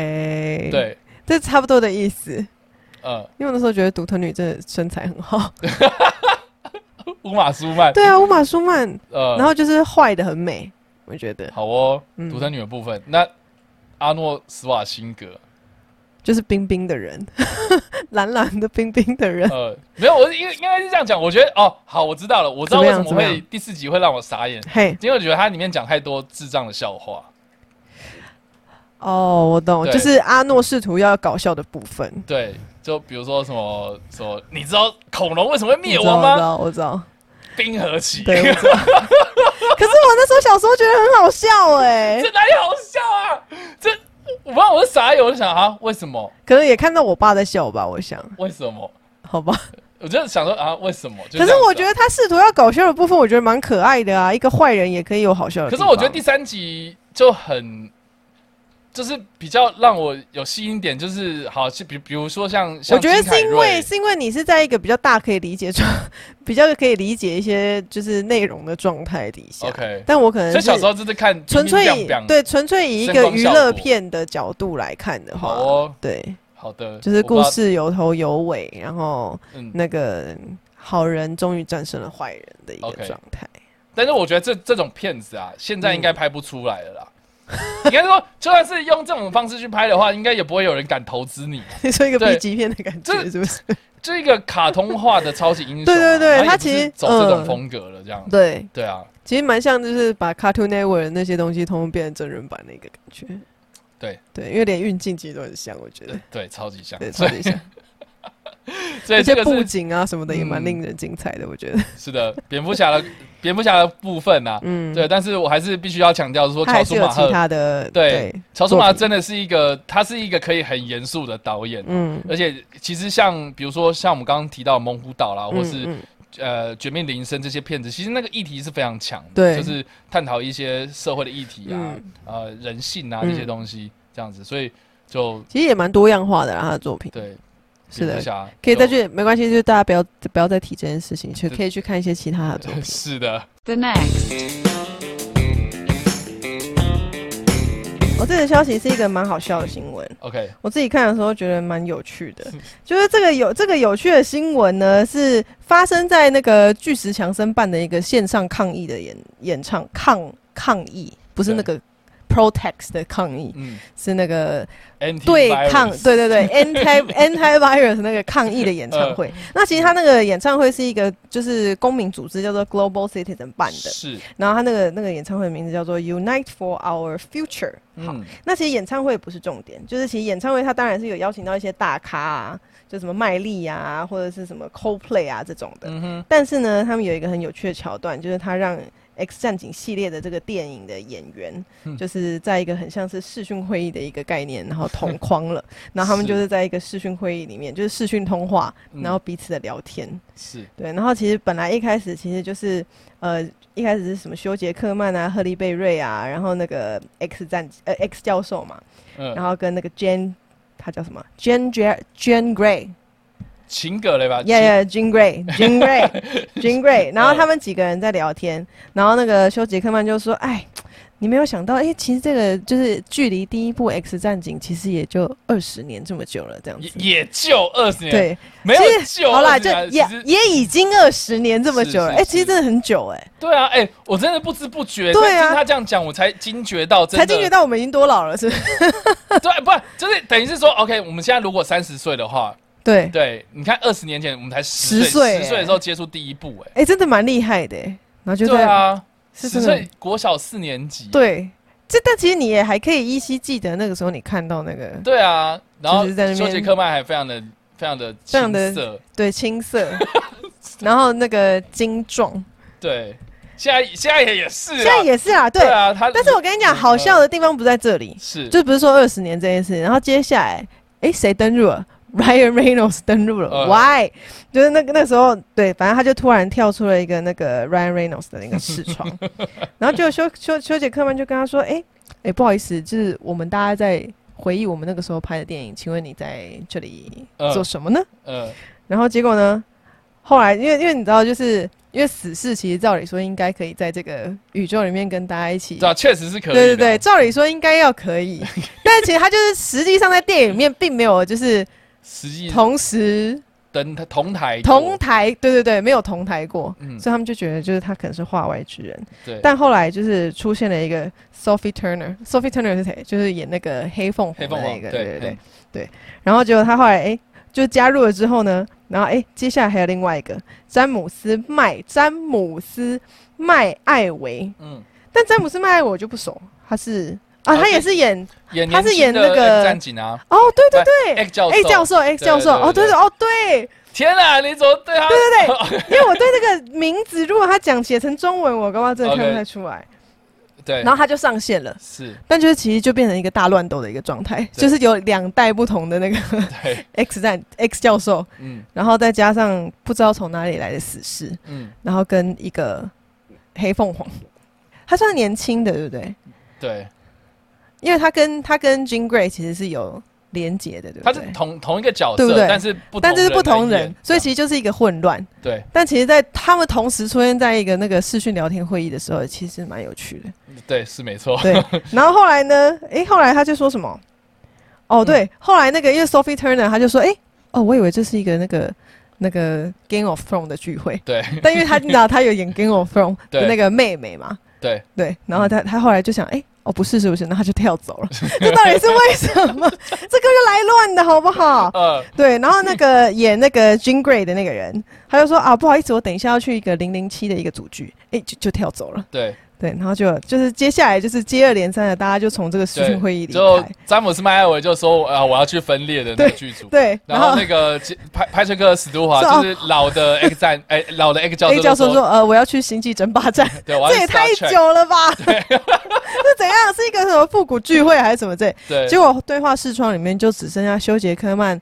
OK， 对， 这差不多的意思。 嗯， 因为我那时候觉得独藤女真的身材很好。 乌玛舒曼， 对啊，乌玛舒曼，呃，然后就是坏的很美。我觉得好哦，独藤女的部分，嗯、那阿诺斯瓦辛格就是冰冰的人，蓝蓝的冰冰的人。 呃，没有，我应应该是这样讲。我觉得哦，好，我知道了，我知道为什么会第四集会让我傻眼。嘿，因为我觉得它里面讲太多智障的笑话。 哦，我懂，就是阿诺试图要搞笑的部分。 对，就比如说什么说，你知道恐龙为什么会灭亡吗？ 我知道，我知道。 冰河期。 对，我知道。可是我那时候小时候觉得很好笑哎、欸， 这哪里好笑啊？这我不知道，我是傻眼，我就想啊，为什么？ 可能也看到我爸在笑吧，我想。 为什么？ 好吧， 我就想说啊，为什么？ 可是我觉得他试图要搞笑的部分，我觉得蛮可爱的啊。一个坏人也可以有好笑的地方。 可是我觉得第三集就很。就是比较让我有吸引点，就是好，比比如说像，像我觉得是因为是因为你是在一个比较大可以理解状，比较可以理解一些就是内容的状态底下。 OK， 但我可能所以小时候就是看纯粹对纯粹以一个娱乐片的角度来看的话，哦、对， 好的， 就是故事有头有尾，然后那个好人终于战胜了坏人的一个状态。Okay， 但是我觉得这这种片子啊，现在应该拍不出来了啦。嗯应该说，就算是用这种方式去拍的话，应该也不会有人敢投资你。 你说一个 B 级片的感觉是不是？ 就一个卡通化的超级英雄、啊。 对对对，他其实走这种风格了，这样、嗯。对对啊， 其实蛮像，就是把 Cartoon Network 那些东西通通变成真人版的一个感觉。 对对，因为连运镜其实都很像，我觉得。 对，超级像， 对，超级像。 所以这些布景啊什么的也蛮令人精彩的，嗯、我觉得。 是的，蝙蝠侠的蝙蝠侠的部分啊，嗯，对，但是我还是必须要强调说，乔舒马赫其他的对，乔舒马赫真的是一个，他是一个可以很严肃的导演，嗯，而且其实像比如说像我们刚刚提到猛虎岛啦，或是呃，绝命铃声这些片子，其实那个议题是非常强的， 对， 就是探讨一些社会的议题啊， 嗯、 呃，人性啊、嗯、这些东西，这样子，所以就其实也蛮多样化的啦，他的作品。 对， 是的，可以再去，没关系，就是大家不要不要再提这件事情，就可以去看一些其他的作品。 是的。 The next。 我、哦、这个消息是一个蛮好笑的新闻。 OK， 我自己看的时候觉得蛮有趣的，就是这个有这个有趣的新闻呢，是发生在那个巨石强森办的一个线上抗议的演演唱抗抗议，不是那个 protest 的抗议， 嗯、 是那个对抗，对对对 ，anti anti virus 那个抗议的演唱会。呃、那其实他那个演唱会是一个就是公民组织叫做 Global Citizen 办的， 是。 然后他那个那个演唱会的名字叫做 Unite for Our Future。好，嗯、那其实演唱会不是重点，就是其实演唱会它当然是有邀请到一些大咖啊，就什么麦莉啊，或者是什么 Coldplay 啊这种的。嗯哼。但是呢，他们有一个很有趣的桥段，就是他让 X 战警系列的这个电影的演员，嗯、就是在一个很像是视讯会议的一个概念，然后同框了，然后他们就是在一个视讯会议里面，就是视讯通话，然后彼此的聊天。嗯、 是。对， 然后其实本来一开始其实就是呃。一开始是什么休杰克曼啊、赫利贝瑞啊，然后那个 X 战呃 X 教授嘛，嗯、然后跟那个 Jane， 他叫什么 Jane Jane Grey， 秦格雷吧 ？Yeah yeah Jane Grey Jane Grey Jane Grey， 然后他们几个人在聊天，然后那个休杰克曼就说：“哎，你没有想到，哎、欸，其实这个就是距离第一部 X 战警其实也就二十年这么久了，这样子。 也”也就二十年， 对， 没有久。 好啦，就也也已经二十年这么久了，哎、欸，其实真的很久、欸，哎。 对啊，哎、欸，我真的不知不觉， 对啊， 听他这样讲，我才惊觉到真的， 才惊觉到我们已经多老了，是不是？ 对，不，就是等于是说 ，OK， 我们现在如果三十岁的话， 对对，你看二十年前我们才十岁，十岁的时候接触第一部、欸，哎， 哎，真的蛮厉害的、欸，然后就在对啊，十岁国小四年级， 对。这但其实你也还可以依稀记得那个时候你看到那个， 对啊，然后休杰克曼还非常的非常的青涩， 对青涩，然后那个精壮， 对，现在现在也是， 现在也是啊，对, 对啊，他但是我跟你讲，好笑的地方不在这里， 是就不是说二十年这件事，然后接下来，哎，谁登入了 ？Ryan Reynolds 登入了、呃、，Why？ 就是那个那时候，对，反正他就突然跳出了一个那个 Ryan Reynolds 的那个视窗，然后就休休休杰克曼就跟他说：“哎、欸、哎、欸，不好意思，就是我们大家在回忆我们那个时候拍的电影，请问你在这里做什么呢？”呃呃、然后结果呢，后来因为因为你知道，就是因为死侍其实照理说应该可以在这个宇宙里面跟大家一起， 对、啊，确实是可以的， 对对对，照理说应该要可以，但是其实他就是实际上在电影里面并没有就是实际同时。 登同台同台，对对对，没有同台过，嗯、所以他们就觉得就是他可能是化外之人。 对， 但后来就是出现了一个 Sophie Turner，Sophie Turner 是谁？就是演那个黑凤凰的那个，对对对对。然后结果他后来哎、欸，就加入了之后呢，然后哎、欸，接下来还有另外一个詹姆斯麦詹姆斯麦艾维，嗯，但詹姆斯麦艾维我就不熟，他是。啊，他也是演， 演他是演那个 X 战警啊。 哦，对对对 ，X 教授 ，X 教授 ，X 教授，哦，对对哦，对。 天哪，你怎么对他？ 对对对，因为我对这个名字，如果他讲写成中文，我刚刚真的看不太出来。 对， 然后他就上线了， 是， 但就是其实就变成一个大乱斗的一个状态，就是有两代不同的那个 X 战 X 教授，嗯，然后再加上不知道从哪里来的死士，嗯，然后跟一个黑凤凰，他算年轻的，对不对？ 对。 因为他跟他跟 Jean Grey 其实是有连结的，对不对？ 他是同同一个角色， 对不对？ 但是不同但这是不同人，所以其实就是一个混乱。 对。但其实，在他们同时出现在一个那个视讯聊天会议的时候，其实蛮有趣的。 对，是没错。 对。然后后来呢？哎、欸，后来他就说什么？哦，对，嗯、后来那个因为 Sophie Turner 他就说，哎、欸，哦，我以为这是一个那个那个 Game of Thrones 的聚会。 对。 但因为他你知道他有演 Game of Thrones 的那个妹妹嘛。 对。 对。然后他他后来就想，哎、欸。哦，不是，是不是？那他就跳走了。这到底是为什么？这个就来乱的好不好？呃，对。然后那个演那个 Jean Grey 的那个人，他就说啊，不好意思，我等一下要去一个零零七的一个组剧，哎、欸，就就跳走了。 对对，然后就就是接下来就是接二连三的，大家就从这个视讯会议里就詹姆斯麦艾维就说啊，我要去分裂的那个剧组。 对， 然后那个派派翠克史都华就是老的 X 战哎、欸，老的 X 教授 ，X 教授说呃，我要去星际争霸战。 对， 这也太久了吧？对。是怎样？是一个什么复古聚会还是什么这？ 对。 结果对话视窗里面就只剩下休杰克曼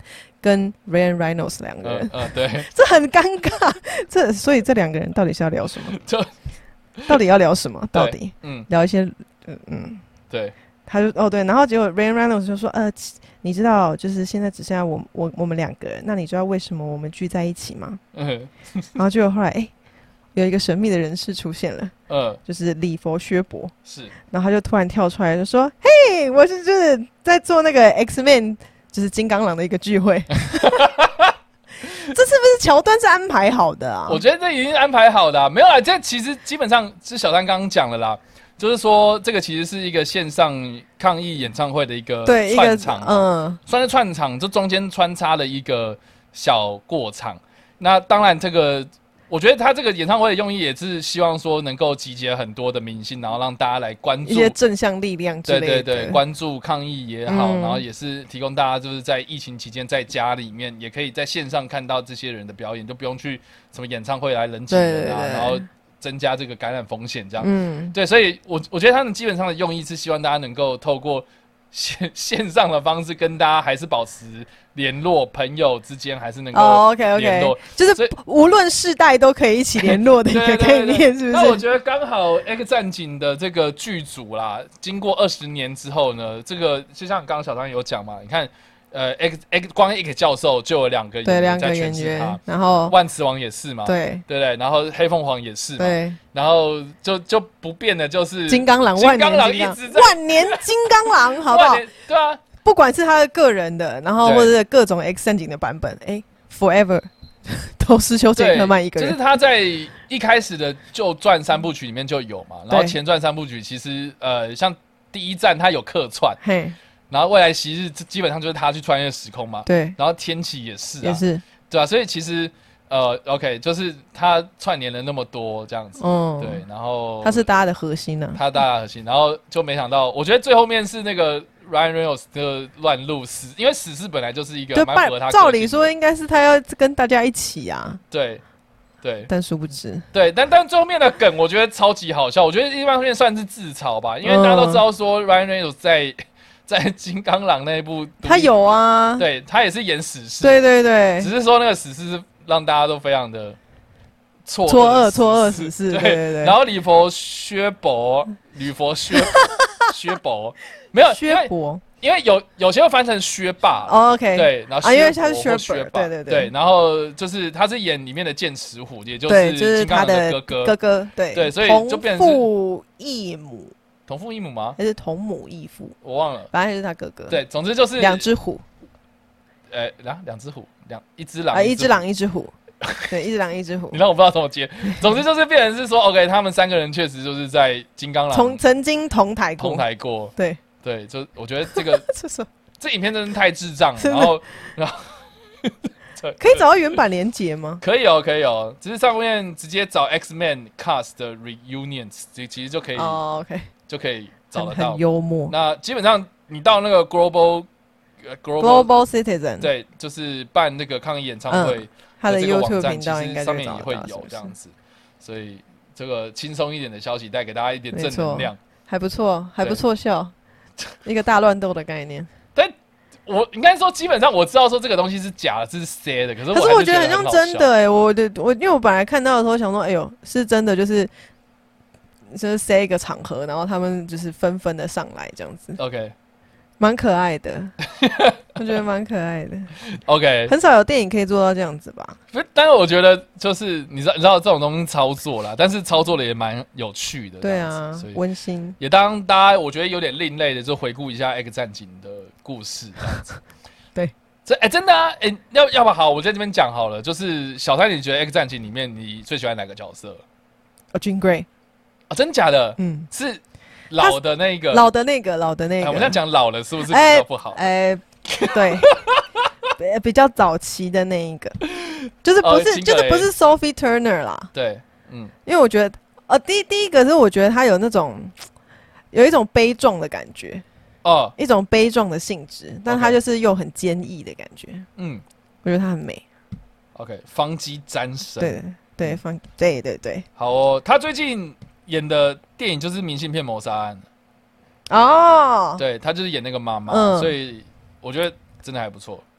跟 Ryan Reynolds 两个人， 嗯、呃呃，对， 这很尴尬。这所以这两个人到底是要聊什么？ 就到底要聊什么？到底嗯， 聊一些嗯嗯， 对， 他就哦对，然后结果 Ryan Reynolds 就说呃，你知道就是现在只剩下我我我们两个人，那你知道为什么我们聚在一起吗？嗯，然后结果后来哎。有一个神秘的人士出现了，嗯，就是李佛薛伯，是，然后他就突然跳出来就说：“嘿，我是就是在做那个 X-Men， 就是金刚狼的一个聚会。”这是不是桥段是安排好的啊？ 我觉得这已经安排好的、啊，没有啦。这其实基本上是小丹刚刚讲了啦，就是说这个其实是一个线上抗议演唱会的一个串场，嗯，算是串场，就中间穿插了一个小过场。那当然这个。我觉得他这个演唱会的用意也是希望说能够集结很多的明星，然后让大家来关注一些正向力量之类的， 对对对，关注抗议也好、嗯，然后也是提供大家就是在疫情期间在家里面也可以在线上看到这些人的表演，就不用去什么演唱会来人挤人啊，然后增加这个感染风险这样。嗯，对，所以我我觉得他们基本上的用意是希望大家能够透过线线上的方式跟大家还是保持联络，朋友之间还是能够联络、oh, okay, okay. 就是无论世代都可以一起联络的一个概念，是不是？ 那我觉得刚好《X 战警》的这个剧组啦，经过二十年之后呢，这个就像刚刚小张有讲嘛，你看，呃 ，X X 光 X 教授就有两个演员在诠释他， 然后万磁王也是嘛， 对对对，然后黑凤凰也是嘛， 对， 然后就就不变的就是金刚狼， 金刚狼一直在万年金刚狼，好不好？ 对啊。 不管是他的个人的，然后或者是各种 X 战警的版本，哎、欸、，Forever 都是休杰克曼一个人。 就是他在一开始的旧传三部曲里面就有嘛，然后前传三部曲其实呃，像第一站他有客串，嘿，然后未来昔日基本上就是他去穿越时空嘛， 对， 然后天启也是、啊， 也是， 对啊，所以其实呃 ，OK， 就是他串联了那么多这样子，嗯，对，然后他是大家的核心呢、啊， 他大家的核心，然后就没想到，我觉得最后面是那个。Ryan Reynolds 的乱入死，因为死侍本来就是一个蛮符合他。 照理说应该是他要跟大家一起啊。 对，对， 但殊不知。 对，但但最后面的梗，我觉得超级好笑。我觉得一方面算是自嘲吧，因为大家都知道说 Ryan Reynolds 在在金刚狼那一部， 他有啊， 对他也是演死侍。 对对对， 只是说那个死侍是让大家都非常的错错愕错愕死侍。对对对。 然后李佛薛伯，吕佛薛薛伯。没有薛伯， 因为有有些会翻成薛霸、 oh, ，OK， 对，然后啊，因为他是薛伯，对对对，然后就是他是演里面的剑齿虎，也就是金刚狼的哥哥， 哥哥，对对，所以就变成同父异母， 同父异母吗？ 还是同母异父？ 我忘了， 反正就是他哥哥。 对，总之就是两只虎， 呃，两两只虎，两一只狼啊，一只狼，一只虎。对，一只狼，一只虎。 你让我不知道怎么接。总之就是变成是说 ，OK， 他们三个人确实就是在金刚狼从曾经同台过， 同台过。 对对，就我觉得这个这影片真的太智障了。然后然后可以找到原版连结吗？ 可以哦，可以哦。只是上面直接找 X-Men Cast 的 Reunions， 其实就可以哦 ，OK， 就可以找得到。 很幽默。 那基本上你到那个 Global Global Global Citizen， 对，就是办那个抗议演唱会。嗯， 他的 YouTube 频道应该上面也会有这样子，所以这个轻松一点的消息带给大家一点正能量， 还不错，还不错笑，一个大乱斗的概念。 但我应该说，基本上我知道说这个东西是假的，这是 C 的，可是我可是我觉得很像真的哎、 欸， 我的我因为我本来看到的时候想说，哎呦，是真的，就是就是 C 一个场合，然后他们就是纷纷的上来这样子 ，OK， 蛮可爱的。我觉得蛮可爱的 ，OK， 很少有电影可以做到这样子吧？ 但是我觉得就是你知道，你知道这种东西操作啦，但是操作的也蛮有趣的， 对啊，温馨。 也当大家我觉得有点另类的，就回顾一下 X 战警的故事这样子。 对， 这哎、欸、真的啊，哎、欸、要要不好，我在这边讲好了，就是小三，你觉得 X 战警里面你最喜欢哪个角色？ 哦 ，Jean Grey 啊，真假的？嗯，是老的那个， 老的那个，老的那个。 啊、我们现在讲老了是不是比较不好？ 哎、欸。欸对，比较早期的那一个，就是不是、哦、就是不是 Sophie Turner 啦。 对，嗯， 因为我觉得，呃，第第一个是我觉得他有那种有一种悲壮的感觉，哦，一种悲壮的性质，但他就是又很坚毅的感觉。嗯，我觉得他很美。 OK， 方姬詹神。 对对，方对对对。 好哦，他最近演的电影就是《明信片谋杀案》。 哦， 对他就是演那个妈妈、嗯，所以。我觉得真的还不错，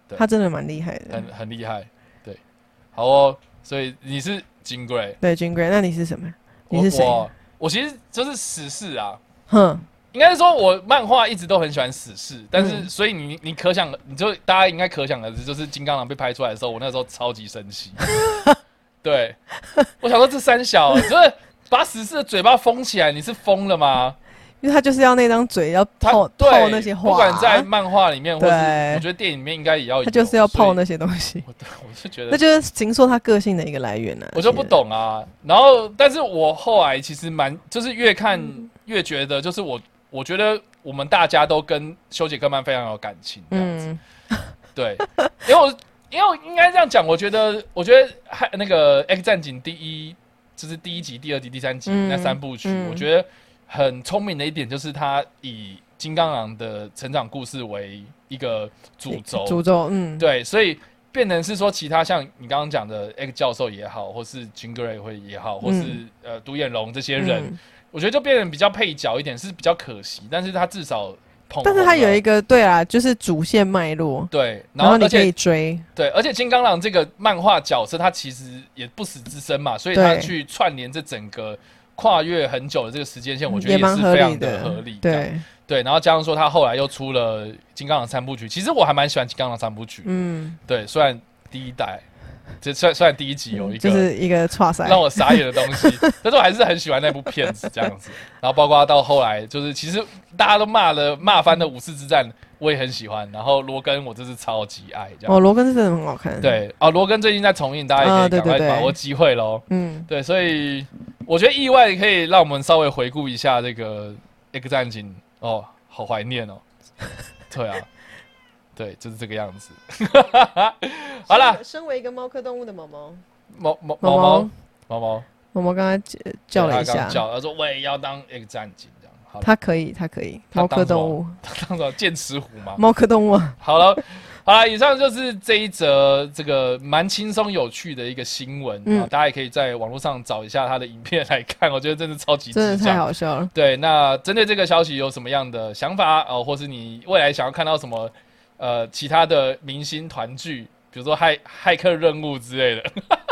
他真的蛮厉害的， 很很厉害。对，好哦，所以你是金龟， 对金龟，那你是什么？你是谁？ 我我其实就是死侍啊， 哼。 应该是说，我漫画一直都很喜欢死侍，但是、嗯、所以你你可想，你就大家应该可想而知，就是金刚狼被拍出来的时候，我那时候超级生气。对，我想说这三小，就是把死侍的嘴巴封起来，你是疯了吗？ 因为他就是要那张嘴要泡泡那些话， 不管在漫画里面，或是我觉得电影里面应该也要有， 他就是要泡那些东西。 我我是觉得， 那就是形塑他个性的一个来源啊。 我就不懂啊。然后，但是我后来其实蛮，就是越看越觉得，就是我。我觉得我们大家都跟休杰克曼非常有感情，这样子，嗯、对，因为我因为我应该这样讲，我觉得，我觉得那个《X 战警》第一就是第一集、第二集、第三集、嗯、那三部曲、嗯，我觉得很聪明的一点就是他以金刚狼的成长故事为一个主轴， 主轴，嗯， 对，所以变成是说，其他像你刚刚讲的 X 教授也好，或是 Jean Grey 会也好，或是、嗯、呃独眼龙这些人。嗯，我觉得就变成比较配角一点，是比较可惜，但是他至少捧， 但是他有一个对啊，就是主线脉络， 对， 然 后, 然后你可以追， 对，而且金刚狼这个漫画角色，他其实也不死之身嘛，所以他去串联这整个跨越很久的这个时间线，我觉得也是非常的合理， 对对，然后加上说他后来又出了金刚狼三部曲，其实我还蛮喜欢金刚狼三部曲，嗯，对，虽然第一代。这虽然虽然第一集有一个就是一个岔赛让我傻眼的东西，但是我还是很喜欢那部片子这样子。然后包括到后来，就是其实大家都骂了骂翻的五四之战，我也很喜欢。然后罗根我真是超级爱这样。 哦，罗根是真的很好看。 对哦，罗根最近在重映，大家也可以赶快把握机会喽。嗯，对，所以我觉得意外可以让我们稍微回顾一下这个 X 战警哦，好怀念哦。对啊。对，就是这个样子。好啦， 身为一个猫科动物的毛毛， 毛毛毛毛毛毛毛毛刚刚叫了一下， 他刚叫他说我也要当 X 战警这样。好， 他可以，他可以，猫科动物， 他当什么剑齿虎吗？ 猫科动物。 好了，好了，以上就是这一则这个蛮轻松有趣的一个新闻、嗯、大家也可以在网络上找一下他的影片来看，我觉得真的超级真的太好笑了。 对，那针对这个消息有什么样的想法哦，或是你未来想要看到什么？呃，其他的明星团聚，比如说骇骇客任务之类的，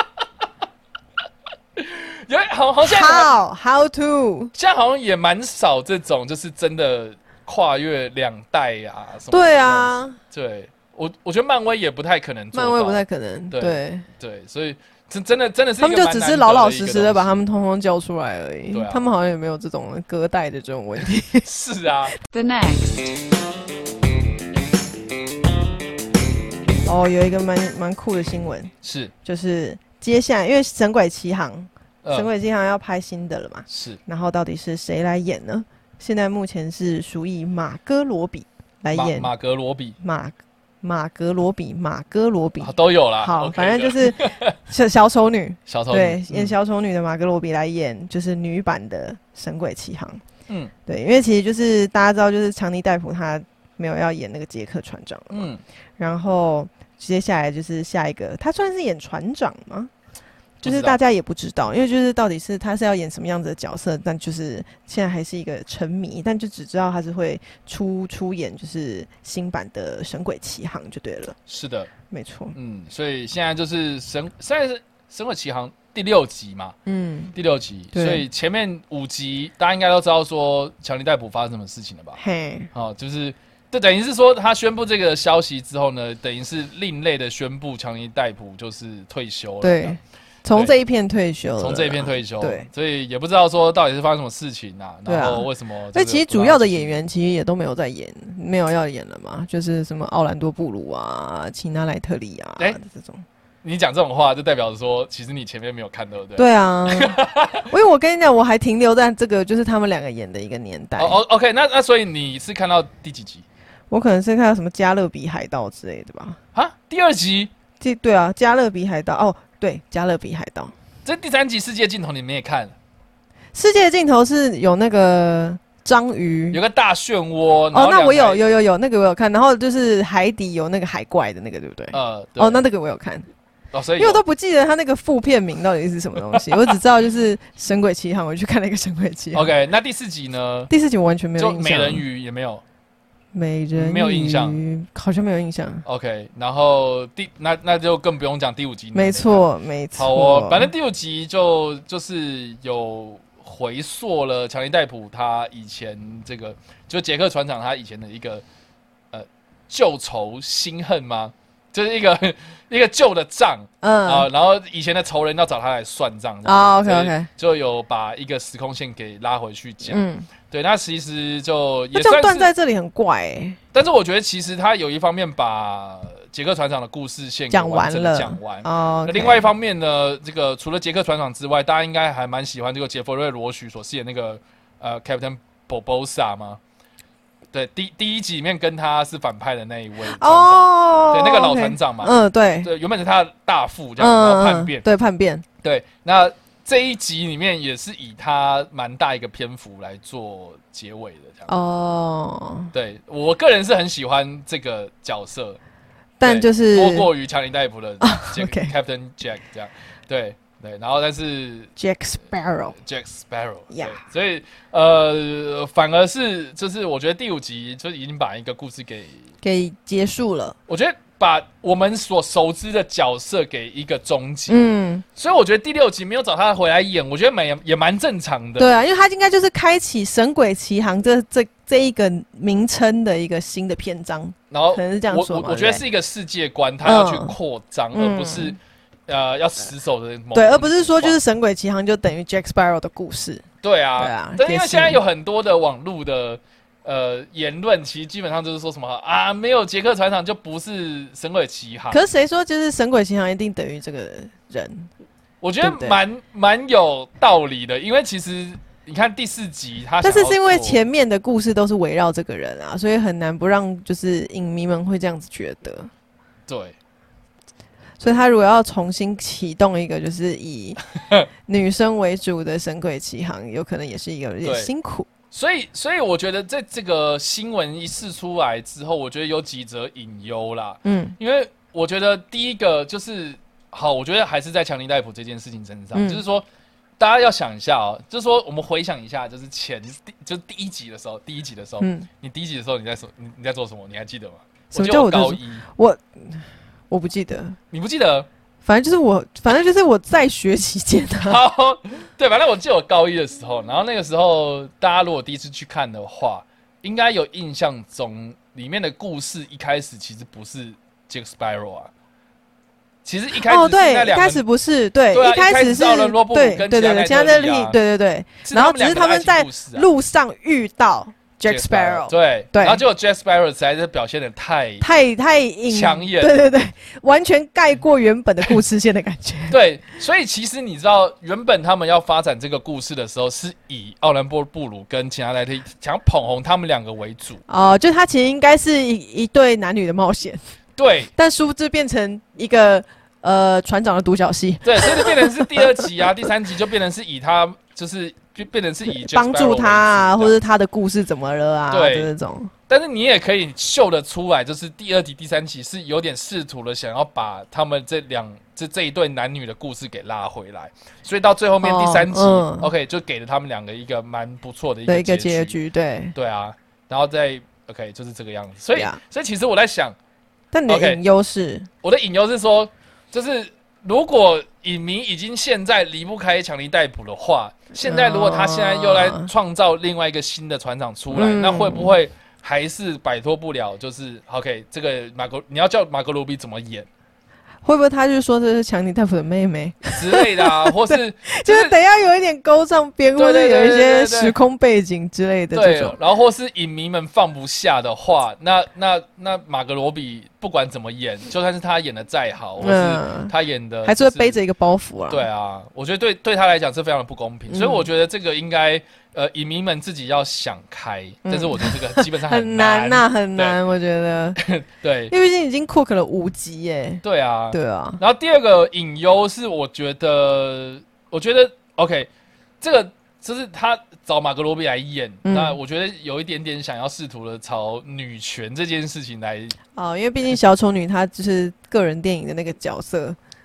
有好好像 how how to， 现在好像也蛮少这种，就是真的跨越两代啊什么。 对啊， 对我我觉得漫威也不太可能做到， 漫威不太可能，对 对, 对，所以真真的真的是一个他们就只是老老实实的把他们通通叫出来而已， 啊、 他们好像也没有这种隔代的这种问题。 是啊 ，The next。 哦，有一个蛮蛮酷的新闻， 是就是接下来因为《神鬼奇航》呃，《神鬼奇航》要拍新的了嘛， 是， 然后到底是谁来演呢？现在目前是属于马哥罗比来演， 马格罗比， 马马格罗比，马哥罗比、 啊、都有啦。 好， okay、反正就是小小丑女， 小丑女对，演小丑女的马格罗比来演，就是女版的《神鬼奇航》。嗯，对，因为其实就是大家知道，就是强尼戴普他没有要演那个杰克船长了，嗯，然后。接下来就是下一个，他算是演船长吗？就是大家也不知道，因为就是到底是他是要演什么样子的角色，但就是现在还是一个沉迷，但就只知道他是会出出演就是新版的《神鬼奇航》就对了。 是的， 没错。 嗯，所以现在就是神，现在是《神鬼奇航》第六集嘛，嗯，第六集，所以前面五集大家应该都知道说强尼戴普发生什么事情了吧？嘿，好、哦，就是。对，等于是说他宣布这个消息之后呢，等于是另类的宣布强尼戴普就是退休了。 对，从这一片退休， 从这一片退休。 对， 所以也不知道说到底是发生什么事情啊，然后为什么？ 所以其实主要的演员其实也都没有在演，没有要演了嘛，就是什么奥兰多布鲁啊、齐娜莱特利啊、欸、这种。 你讲这种话，就代表说，其实你前面没有看，对不对？ 对啊，因为我跟你讲，我还停留在这个就是他们两个演的一个年代。 哦、oh, ，OK， 那那所以你是看到第几集？ 我可能是看到什么加勒比海盗之类的吧。 啊，第二集？ 对啊，加勒比海盗。哦，对，加勒比海盗。 这第三集世界尽头你们也看了？ 世界尽头是有那个章鱼， 有个大漩涡。 哦，那我有有有有那个我有看，然后就是海底有那个海怪的那个，对不对？呃，对哦，那那个我有看。 哦，所以因为我都不记得他那个副片名到底是什么东西，我只知道就是《神鬼奇航》，我去看了一个《神鬼奇航》。 OK， 那第四集呢？ 第四集我完全没有印象。 就美人鱼也没有。 美人鱼没有印象， 好像没有印象。 OK， 然后第那那就更不用讲第五集， 没错没错。 好哦，反正第五集就就是有回溯了强尼戴普他以前这个就杰克船长他以前的一个呃旧仇新恨吗？就是一个一个旧的账，嗯啊、呃，然后以前的仇人要找他来算账， 啊 ，OK OK， 就有把一个时空线给拉回去讲，嗯，对，那其实就也算是断在这里很怪哎、欸， 但是我觉得其实他有一方面把杰克船长的故事线讲完了， 讲完， 哦、 那另外一方面呢，这个除了杰克船长之外，大家应该还蛮喜欢这个杰弗瑞罗许所饰演那个呃 Captain Barbossa 吗？对，第第一集里面跟他是反派的那一位哦，对，那个老船长嘛， 嗯，对， 对，原本是他的大副这样，嗯、然后叛变， 对，叛变， 对，那这一集里面也是以他蛮大一个篇幅来做结尾的这样，哦，对我个人是很喜欢这个角色， 但就是多过于强尼戴普的 Jack,、 oh, okay. Captain Jack 这样，对。对，然后但是 Jack Sparrow，Jack Sparrow， 所以呃，反而是就是我觉得第五集就已经把一个故事给给结束了。 我觉得把我们所熟知的角色给一个终结，嗯，所以我觉得第六集没有找他回来演，我觉得蛮也蛮正常的。 对啊，因为他应该就是开启《神鬼奇航》这这这一个名称的一个新的篇章， 然后可能是这样说我我, 我觉得是一个世界观，他要去扩张，嗯、而不是。呃，要死守的对，而不是说就是《神鬼奇航》就等于 Jack Sparrow 的故事。 对啊，对啊。但因为现在有很多的网络的呃言论，其实基本上就是说什么啊，没有杰克船长就不是《神鬼奇航》。 可是谁说就是《神鬼奇航》一定等于这个人？ 我觉得蛮蛮有道理的，因为其实你看第四集他， 但是是因为前面的故事都是围绕这个人啊，所以很难不让就是影迷们会这样子觉得。 对。 所以他如果要重新启动一个就是以女生为主的《神鬼奇航》，有可能也是一个有点辛苦。 所以，所以我觉得在这个新闻一释出来之后，我觉得有几则隐忧啦。嗯，因为我觉得第一个就是好，我觉得还是在强尼戴普这件事情身上，嗯、就是说大家要想一下哦，就是说我们回想一下，就是前就是第一集的时候，第一集的时候，嗯，你第一集的时候你在说你你在做什么？你还记得吗？ 什么叫我高一？ 我。我不记得， 你不记得？ 反正就是我，反正就是我在学期间的。 好，对，反正我记得我高一的时候，然后那个时候大家如果第一次去看的话，应该有印象中里面的故事一开始其实不是 Jack Sparrow 啊，其实一开始哦对，一开始不是对， 对啊、 一开始是对对对对，加勒利，对对对，然后只是他们在路上遇到。Jack Sparrow 对对，然后结果 Jack Sparrow 实在是表现的太太太抢眼， 对对对，完全盖过原本的故事线的感觉。 对，所以其实你知道，原本他们要发展这个故事的时候，是以奥兰波布鲁跟其他莱特想捧红他们两个为主。 哦，就他其实应该是一一对男女的冒险。 对， 但殊不知变成一个呃船长的独角戏。 对，所以就变成是第二集啊，第三集就变成是以他就是。就变成是以帮助他啊，或者他的故事怎么了啊？对，这种。 但是你也可以秀得出来，就是第二集、第三集是有点试图的想要把他们这两这这一对男女的故事给拉回来，所以到最后面第三集、哦嗯、，OK 就给了他们两个一个蛮不错的一个结局。一个结局，对对啊，然后再 OK 就是这个样子。所以，啊、所以其实我在想， 但你的隐忧是， okay, 我的隐忧是说，就是如果影迷已经现在离不开强尼戴普的话。现在如果他现在又来创造另外一个新的船长出来，嗯、那会不会还是摆脱不了？就是 OK， 这个马格你要叫马格罗比怎么演？ 会不会他就说这是强尼戴普的妹妹之类的啊，或是、就是、 就是等一下有一點勾上边，或者有一些时空背景之类的这种， 对，然后或是影迷们放不下的话，那那那马格罗比不管怎么演，就算是他演的再好，或是他演的、就是， 还是会背着一个包袱啊。 对啊，我觉得对对他来讲是非常的不公平，嗯、所以我觉得这个应该。呃，影迷们自己要想开，嗯、但是我觉得这个基本上很难呐、啊，很难，我觉得。 对， 因为毕竟已经 cook 了五集耶。 对啊， 对啊。 然后第二个隐忧是，我觉得，我觉得 OK， 这个就是他找马格罗比来演，嗯、那我觉得有一点点想要试图的朝女权这件事情来。 哦，因为毕竟小丑女她就是个人电影的那个角色。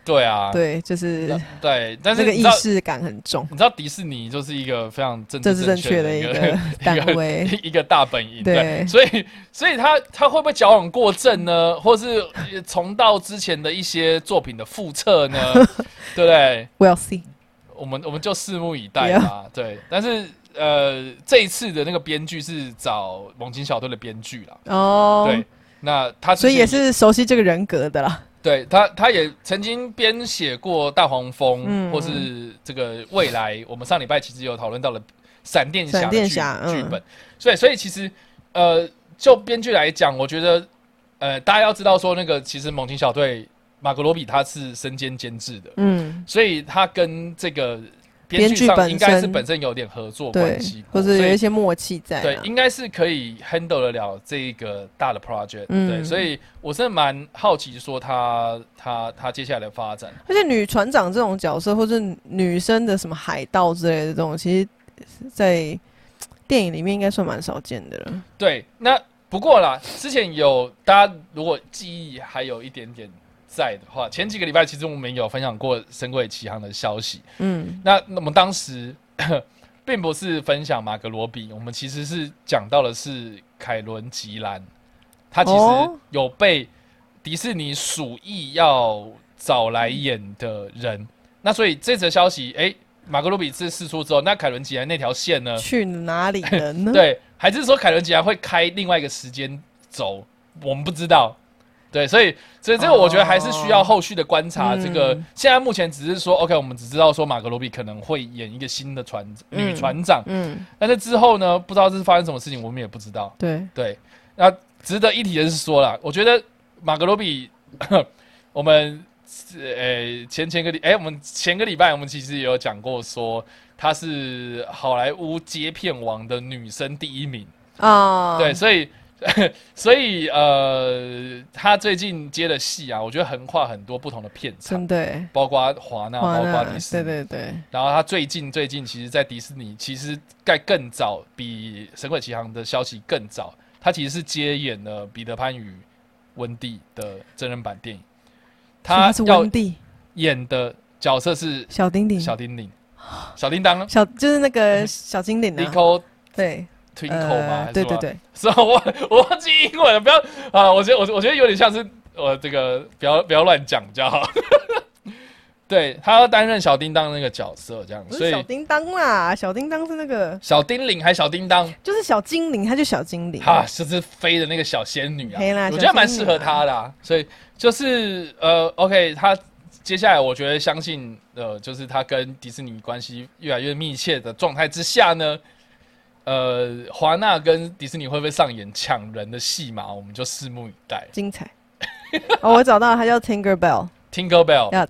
对啊， 对，就是对，但是那个意识感很重。 你知道迪士尼就是一个非常政治正确的一个单位， 一个大本营。 对， 对所以所以他他会不会矫枉过正呢？或是重蹈之前的一些作品的覆辙呢？对不对 ？We'll see。 我们我们就拭目以待吧。Yeah. 对，但是呃，这一次的那个编剧是找猛禽小队的编剧啦。哦、oh. ，对，那他所以也是熟悉这个人格的啦。 对他，他也曾经编写过《大黄蜂》嗯，或是这个未来。我们上礼拜其实有讨论到了《闪电侠》的剧剧本，所以所以其实呃，就编剧来讲，我觉得呃，大家要知道说，那个其实猛禽小队马格罗比他是身兼监制的，嗯，所以他跟这个编剧上应该是本身有点合作关系， 或者有一些默契在、啊， 对，应该是可以 handle 得了这一个大的 project，、嗯、对，所以我是蛮好奇说他他他接下来的发展。 而且女船长这种角色，或者女生的什么海盗之类的这种，其实在电影里面应该算蛮少见的了。 对，那不过啦，之前有大家如果记忆还有一点点在的话，前几个礼拜其实我们有分享过《神鬼奇航》的消息。嗯，那我们当时并不是分享马格罗比，我们其实是讲到的是凯伦吉兰，他其实有被迪士尼属意要找来演的人。嗯、那所以这则消息，哎、欸，马格罗比是释出之后，那凯伦吉兰那条线呢？ 去哪里了呢？ 对，还是说凯伦吉兰会开另外一个时间轴？我们不知道。对，所以所以这个我觉得还是需要后续的观察。这个、嗯、现在目前只是说 ，OK， 我们只知道说马格罗比可能会演一个新的船、嗯、女船长，嗯，但是之后呢，不知道这是发生什么事情，我们也不知道。 对对，那值得一提的是说啦，我觉得马格罗比，我们呃前前个礼，哎，我们前个礼拜我们其实也有讲过说，她是好莱坞接片王的女生第一名啊，对，所以。所以呃，他最近接的戏啊，我觉得横跨很多不同的片场， 真的， 包括华纳，包括迪士尼， 对对对。 然后他最近最近，其实，在迪士尼，其实在更早，比《神鬼奇航》的消息更早，他其实是接演了彼得潘与温蒂的真人版电影。 他是温蒂演的角色是小丁丁， 小丁丁，小叮当， 小就是那个小精灵啊 ，Nico 对。 Twinkle 吗？ 呃、对对对， 是吧？我我忘记英文了，不要啊！我觉得我我觉得有点像是我这个不要不要乱讲比较好。对，他要担任小叮当那个角色，这样， 所以小叮当啦，小叮当是那个小叮铃还是小叮当？ 就是小精灵，他就小精灵啊，就是飞的那个小仙女啊，我觉得蛮适合他的、啊，所以就是呃 ，OK， 他接下来我觉得相信呃，就是他跟迪士尼关系越来越密切的状态之下呢。呃，华纳跟迪士尼会不会上演抢人的戏码？我们就拭目以待。 精彩！哦，我找到了，他叫 Tinkerbell。Tinkerbell， 要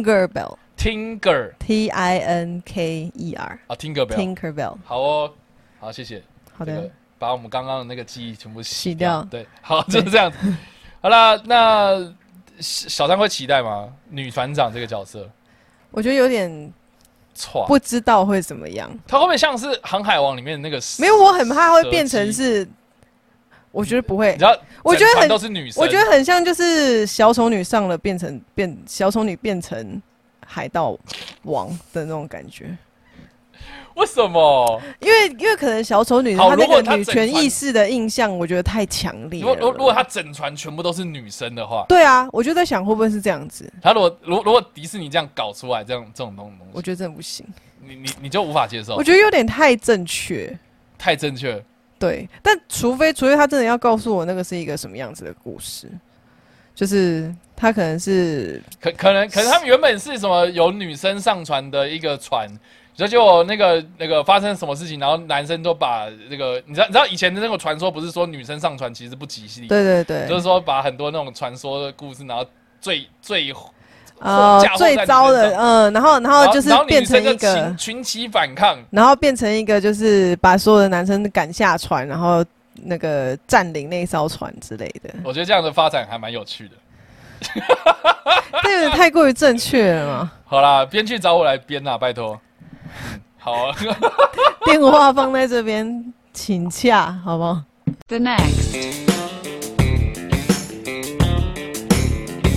Tinkerbell。Tinger，T I N K E R。 啊 ，Tinkerbell。Tinkerbell。好哦，好，谢谢。 好的，這個、 把我们刚刚的那个記憶全部洗掉。 洗掉对，好，就是这样子。好啦，那小三会期待吗？女船长这个角色， 我觉得有点。不知道会怎么样， 他会不会像是《航海王》里面的那个？ 没有，我很怕会变成是，我觉得不会。 你知道， 我觉得很都是女生， 我觉得很像就是小丑女上了变成变小丑女变成海盗王的那种感觉。 为什么？ 因为因为可能小丑女她那个女权意识的印象，我觉得太强烈了。 如果如果她整船全部都是女生的话， 对啊，我就在想会不会是这样子。 她如果如果如果迪士尼这样搞出来这样这种东西， 我觉得真的不行。 你你你就无法接受？ 我觉得有点太正确， 太正确。 对，但除非除非他真的要告诉我那个是一个什么样子的故事，就是他可能是可可能可能他们原本是什么有女生上船的一个船。就就那个那个发生什么事情，然后男生都把那个你知道你知道以前的那个传说不是说女生上船其实不吉利， 对对对， 就是说把很多那种传说的故事，然后最最呃最糟的嗯，然后然后就是变成一个群群起反抗， 然后变成一个就是把所有的男生赶下船，然后那个占领那艘船之类的。 我觉得这样的发展还蛮有趣的。 这有点太过于正确了嘛？ 好啦，编剧找我来编啦，拜托。嗯、好啊， 电话放在这边，请洽，好不好 ？The next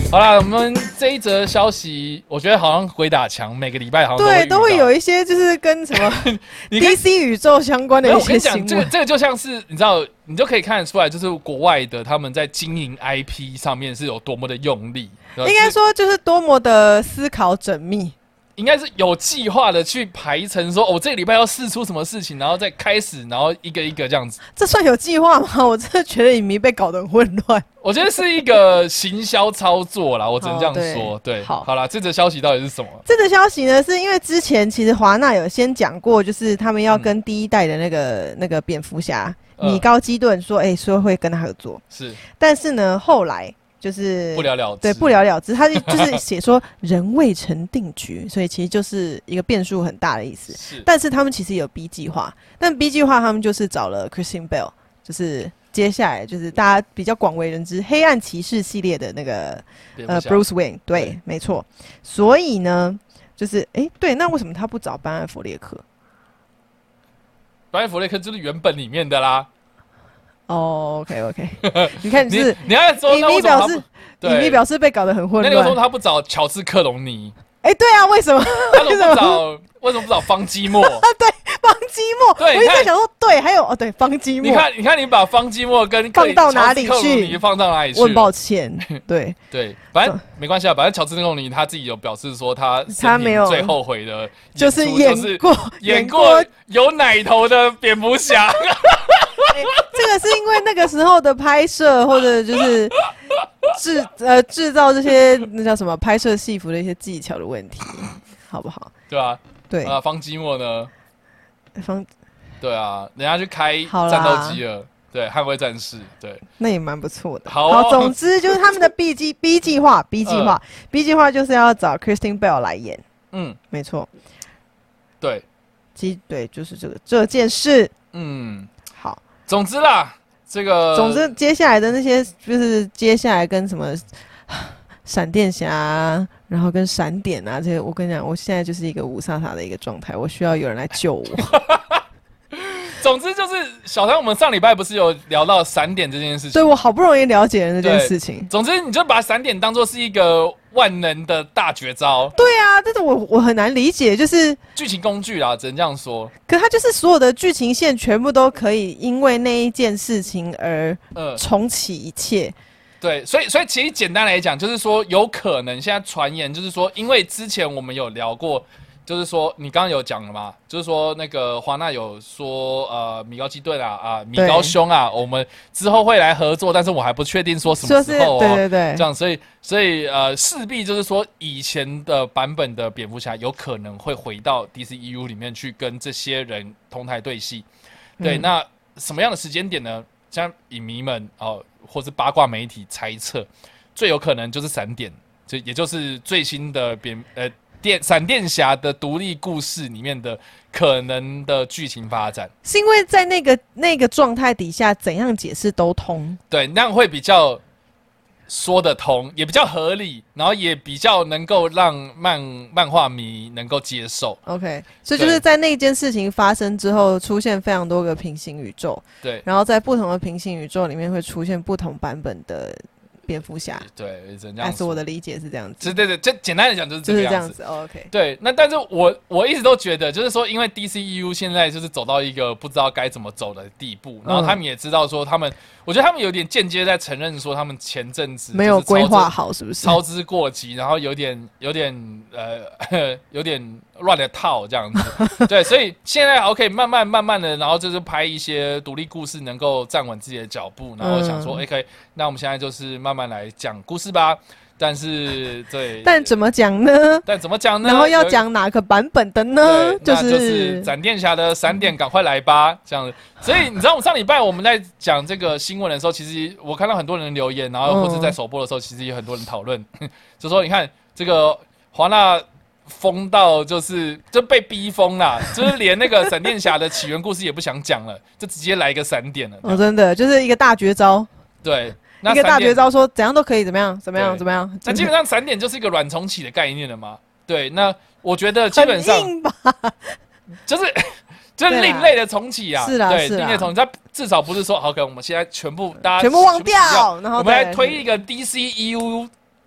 好啦，我们这一则消息，我觉得好像鬼打墙，每个礼拜好像都对都会有一些就是跟什么 D C 宇宙相关的一些新闻。 这个这个就像是你知道，你就可以看得出来，就是国外的他们在经营 I P 上面是有多么的用力。 应该说就是多么的思考缜密。 应该是有计划的去排程，说我、哦、这个礼拜要试出什么事情，然后再开始，然后一个一个这样子。 这算有计划吗？我真的觉得影迷被搞得很混乱。 我觉得是一个行销操作啦，我只能这样说。哦、对，对好，好啦，这则消息到底是什么？ 这则消息呢，是因为之前其实华纳有先讲过，就是他们要跟第一代的那个、嗯、那个蝙蝠侠米高基顿说，哎、欸，说会跟他合作。是，但是呢，后来。就是不了了之， 对，不了了之。他就就是写说人未成定局，所以其实就是一个变数很大的意思。是，但是他们其实有 B 计划，但 B 计划他们就是找了 Christian Bale， 就是接下来就是大家比较广为人知黑暗骑士系列的那个呃 Bruce Wayne， 对，对没错。所以呢，就是哎、欸，对，那为什么他不找班艾弗列克？ 班艾弗列克就是原本里面的啦。 哦、oh, ，OK OK， 你看你是你要说影迷表示，影迷表示被搞得很混乱。 那个时候他不找乔治克隆尼， 哎、欸，对啊，为什么？ 他怎么不找？为什么不找方基莫？ 对，方基莫。对，我一直在想说，对，还有哦，对，方基莫。 你看，你看，你把方基莫跟放到哪里去？ 放到哪里去？ 我很抱歉，对对，反正没关系啊，反正乔治克隆尼他自己有表示说，他他没有最后悔的就是演过演过有奶头的蝙蝠侠。 欸、这个是因为那个时候的拍摄，或者就是制呃制造这些那叫什么拍摄戏服的一些技巧的问题，好不好？ 对啊， 对啊，方基莫呢？ 方对啊，人家去开战斗机了，对，捍卫战士，对， 那也蛮不错的。 好、哦， 好，总之就是他们的 B 计 B 计划 B 计划、呃、B 计划就是要找 Christian Bale 来演，嗯，没错， 对， 基对，就是这个这件事， 嗯。 总之啦，这个总之接下来的那些就是接下来跟什么闪电侠、啊，然后跟闪点啊，这些我跟你讲，我现在就是一个五煞煞的一个状态，我需要有人来救我。 总之就是小唐，我们上礼拜不是有聊到闪点这件事情， 对我好不容易了解了这件事情。 总之你就把闪点当作是一个万能的大绝招。 对啊，但是我我很难理解，就是剧情工具啦，只能这样说。 可它就是所有的剧情线全部都可以因为那一件事情而重启一切。呃对，所以所以其实简单来讲，就是说有可能现在传言就是说，因为之前我们有聊过。就是说，你刚刚有讲了嘛？就是说，那个华纳有说，呃，米高基顿啊，啊，米高兄啊，我们之后会来合作，但是我还不确定说什么时候哦。 对对对， 这样，所以所以呃，势必就是说，以前的版本的蝙蝠侠有可能会回到 D C E U 里面去跟这些人同台对戏。对，嗯、那什么样的时间点呢？像影迷们哦、呃，或是八卦媒体猜测，最有可能就是闪点，就也就是最新的蝙呃。电闪电侠的独立故事里面的可能的剧情发展， 是因为在那个那个状态底下，怎样解释都通。 对，那样会比较说得通，也比较合理，然后也比较能够让漫漫画迷能够接受。 OK， 所以就是在那件事情发生之后，出现非常多个平行宇宙。 对， 然后在不同的平行宇宙里面会出现不同版本的。蝙蝠侠， 对，这样子。我的理解是这样子。 对对对，就简单的讲就是这个样子。 就是这样子、哦、，OK。 对，那但是我我一直都觉得，就是说，因为 D C E U 现在就是走到一个不知道该怎么走的地步，然后他们也知道说，他们，嗯、我觉得他们有点间接在承认说，他们前阵子没有规划好，是不是？ 操之过急，然后有点有点呃有点乱了套这样子。对，所以现在 OK， 慢慢慢慢的，然后就是拍一些独立故事，能够站稳自己的脚步，然后想说、嗯、，OK， 那我们现在就是慢慢来讲故事吧。但是对， 但怎么讲呢？ 但怎么讲呢？ 然后要讲哪个版本的呢？ 就是就是闪电侠的闪点，赶快来吧，这样子。所以你知道，我上礼拜我们在讲这个新闻的时候，其实我看到很多人留言，然后或者在首播的时候，其实有很多人讨论，就说你看这个华纳疯到就是就被逼疯啦，就是连那个闪电侠的起源故事也不想讲了，就直接来一个闪点了。 哦，真的就是一个大绝招。 对。 一个大绝招说怎样都可以，怎么样怎么样怎么样？ 那基本上闪点就是一个软重启的概念了嘛？对，那我觉得基本上很硬吧， 就是就是另类的重启啊， 是啦， 对，另类重启，它至少不是说好，可能我们现在全部大家全部忘掉，然后我们来推一个 D C E U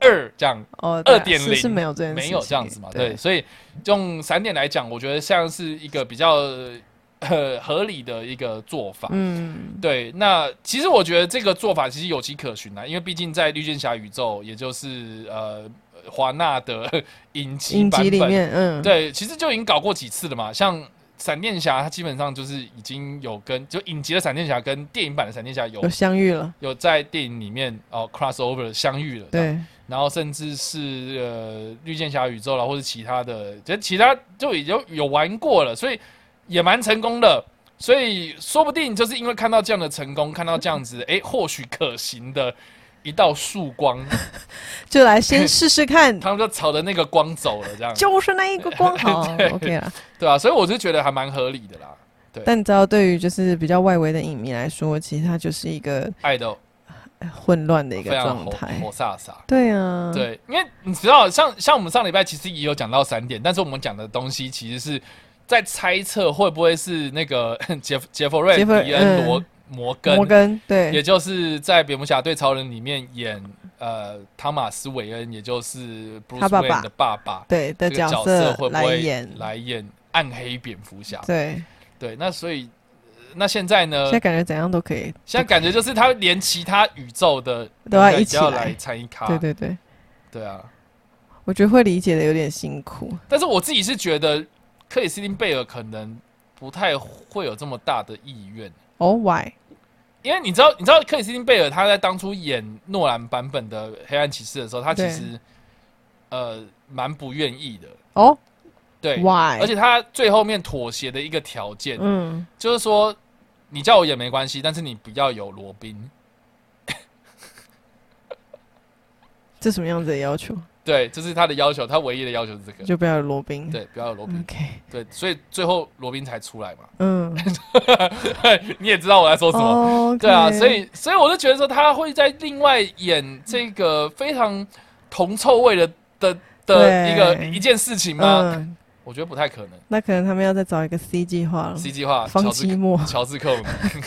二这样， 哦， 二点零是没有这件事情， 没有这样子嘛？对， 对， 所以用闪点来讲，我觉得像是一个比较呃合理的一个做法。嗯，对。那其实我觉得这个做法其实有迹可循啊，因为毕竟在绿箭侠宇宙，也就是呃华纳的影集版本里面，嗯，对，其实就已经搞过几次了嘛，像。闪电侠它基本上就是已经有跟就影集的闪电侠跟电影版的闪电侠有有相遇了， 有在电影里面哦 crossover 相遇了， 对， 然后甚至是呃绿箭侠宇宙啦，或者其他的，就其他就已经有玩过了，所以也蛮成功的，所以说不定就是因为看到这样的成功，看到这样子，哎，或许可行的。一道曙光， 就来先试试看。 他们就朝着那个光走了，这样就是那一个光，好，OK 啦， 对啊，所以我就觉得还蛮合理的啦。对， 但你知道，对于就是比较外围的影迷来说，其实它就是一个爱的混乱的一个状态， 火煞煞。 对啊， 对，因为你知道，像像我们上礼拜其实也有讲到三点，但是我们讲的东西其实是在猜测会不会是那个杰杰弗瑞迪恩罗。摩根， 摩根对， 也就是在蝙蝠侠对超人里面演呃汤马斯韦恩，也就是 Bruce Wayne 的爸爸， 对的角色会不会来演来演暗黑蝙蝠侠？ 对对，那所以那现在呢？ 现在感觉怎样都可以， 现在感觉就是他连其他宇宙的都要一起来参与咖， 对对对， 对啊， 我觉得会理解的有点辛苦， 但是我自己是觉得克里斯汀贝尔可能不太会有这么大的意愿。 哦、oh, ，Why？ 因为你知道，你知道克里斯汀贝尔他在当初演诺兰版本的《黑暗骑士》的时候，他其实呃蛮不愿意的哦。Oh? 对 ，Why？ 而且他最后面妥协的一个条件，嗯，就是说你叫我演没关系，但是你不要有罗宾。 这什么样子的要求？ 对，这是他的要求，他唯一的要求是这个， 就不要有罗宾， 对，不要有罗宾。 OK， 对，所以最后罗宾才出来嘛。嗯，你也知道我在说什么， oh, okay. 对啊，所以所以我就觉得说他会在另外演这个非常铜臭味的的的一个一件事情吗？嗯、我觉得不太可能。 那可能他们要再找一个 C 计划了 ，C 计划， 方期末， 乔治克鲁。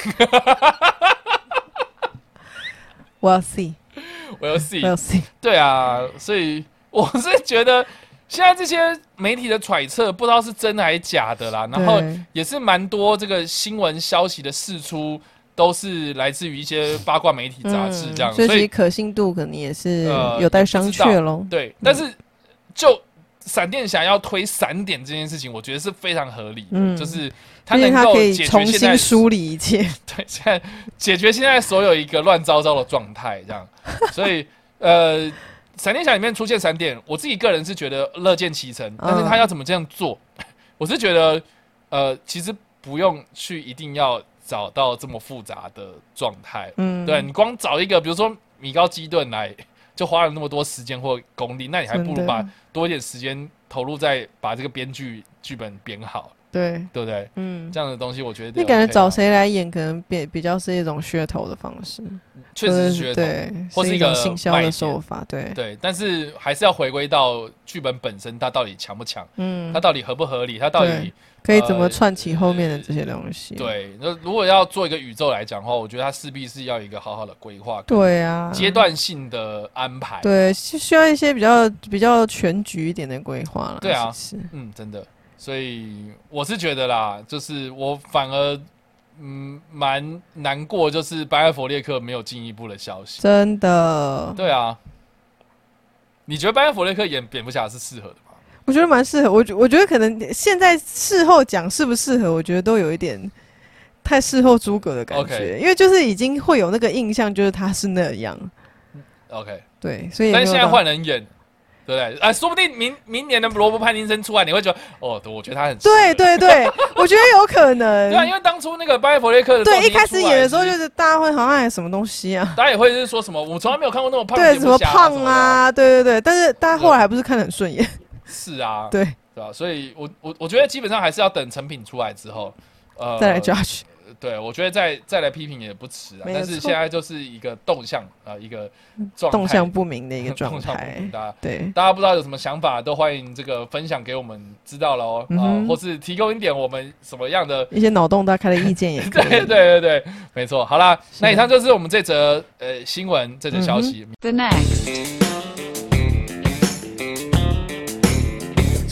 我要 C。 我要 see， 我要 see， 对啊，所以我是觉得现在这些媒体的揣测，不知道是真的还是假的啦。然后也是蛮多这个新闻消息的释出，都是来自于一些八卦媒体杂志这样， 嗯、所以可信度可能也是有待商榷咯、呃。 对，但是就闪电侠要推闪点这件事情，我觉得是非常合理的，嗯、就是他能够解决重新梳理一切， 对，现在解决现在所有一个乱糟糟的状态，这样，所以呃，闪电侠里面出现闪点，我自己个人是觉得乐见其成，但是他要怎么这样做，我是觉得呃，其实不用去一定要找到这么复杂的状态，嗯，对你光找一个，比如说米高基顿来。就花了那么多时间或功力，那你还不如把多一点时间投入在把这个编剧剧本编好， 对对不对？嗯，这样的东西我觉得、OK、 你感觉找谁来演，可能比比较是一种噱头的方式， 确实是噱头， 对， 或是一种行销的手法，对对。但是还是要回归到剧本本身，它到底强不强？嗯，它到底合不合理？它到底可以怎么串起后面的这些东西？ 呃、对，那如果要做一个宇宙来讲的话，我觉得它势必是要有一个好好的规划， 对啊， 阶段性的安排， 对，需要一些比较比较全局一点的规划了。 对啊，嗯，真的，所以我是觉得啦，就是我反而嗯蛮难过，就是班艾佛列克没有进一步的消息， 真的， 对啊，你觉得班艾佛列克演蝙蝠侠是适合的？ 我觉得蛮适合，我我觉得可能现在事后讲适不适合，我觉得都有一点太事后诸葛的感觉， okay. 因为就是已经会有那个印象，就是他是那样。 OK， 对，所以但是现在换人演，对不对？啊，说不定明明年的罗伯·潘丁森出来，你会觉得哦，我觉得他很对对对，我觉得有可能。 对啊，因为当初那个班艾佛列克的对一开始演的时候，就是大家会好像有什么东西啊， 大家也会是说什么，我从来没有看过那么胖的对，什么胖啊，对对对，但是大家后来还不是看得很顺眼。 是啊， 对对吧、啊？所以我我我觉得基本上还是要等成品出来之后，呃， 再来 judge。 对，我觉得再再来批评也不迟啊。但是现在就是一个动向啊、呃，一个状态动向不明的一个状态。 大家对， 大家不知道有什么想法，都欢迎这个分享给我们知道了哦，啊、嗯呃，或是提供一点我们什么样的一些脑洞大开的意见也可以。 对对对对，没错。好啦，那以上就是我们这则呃新闻这则消息。 嗯、The next.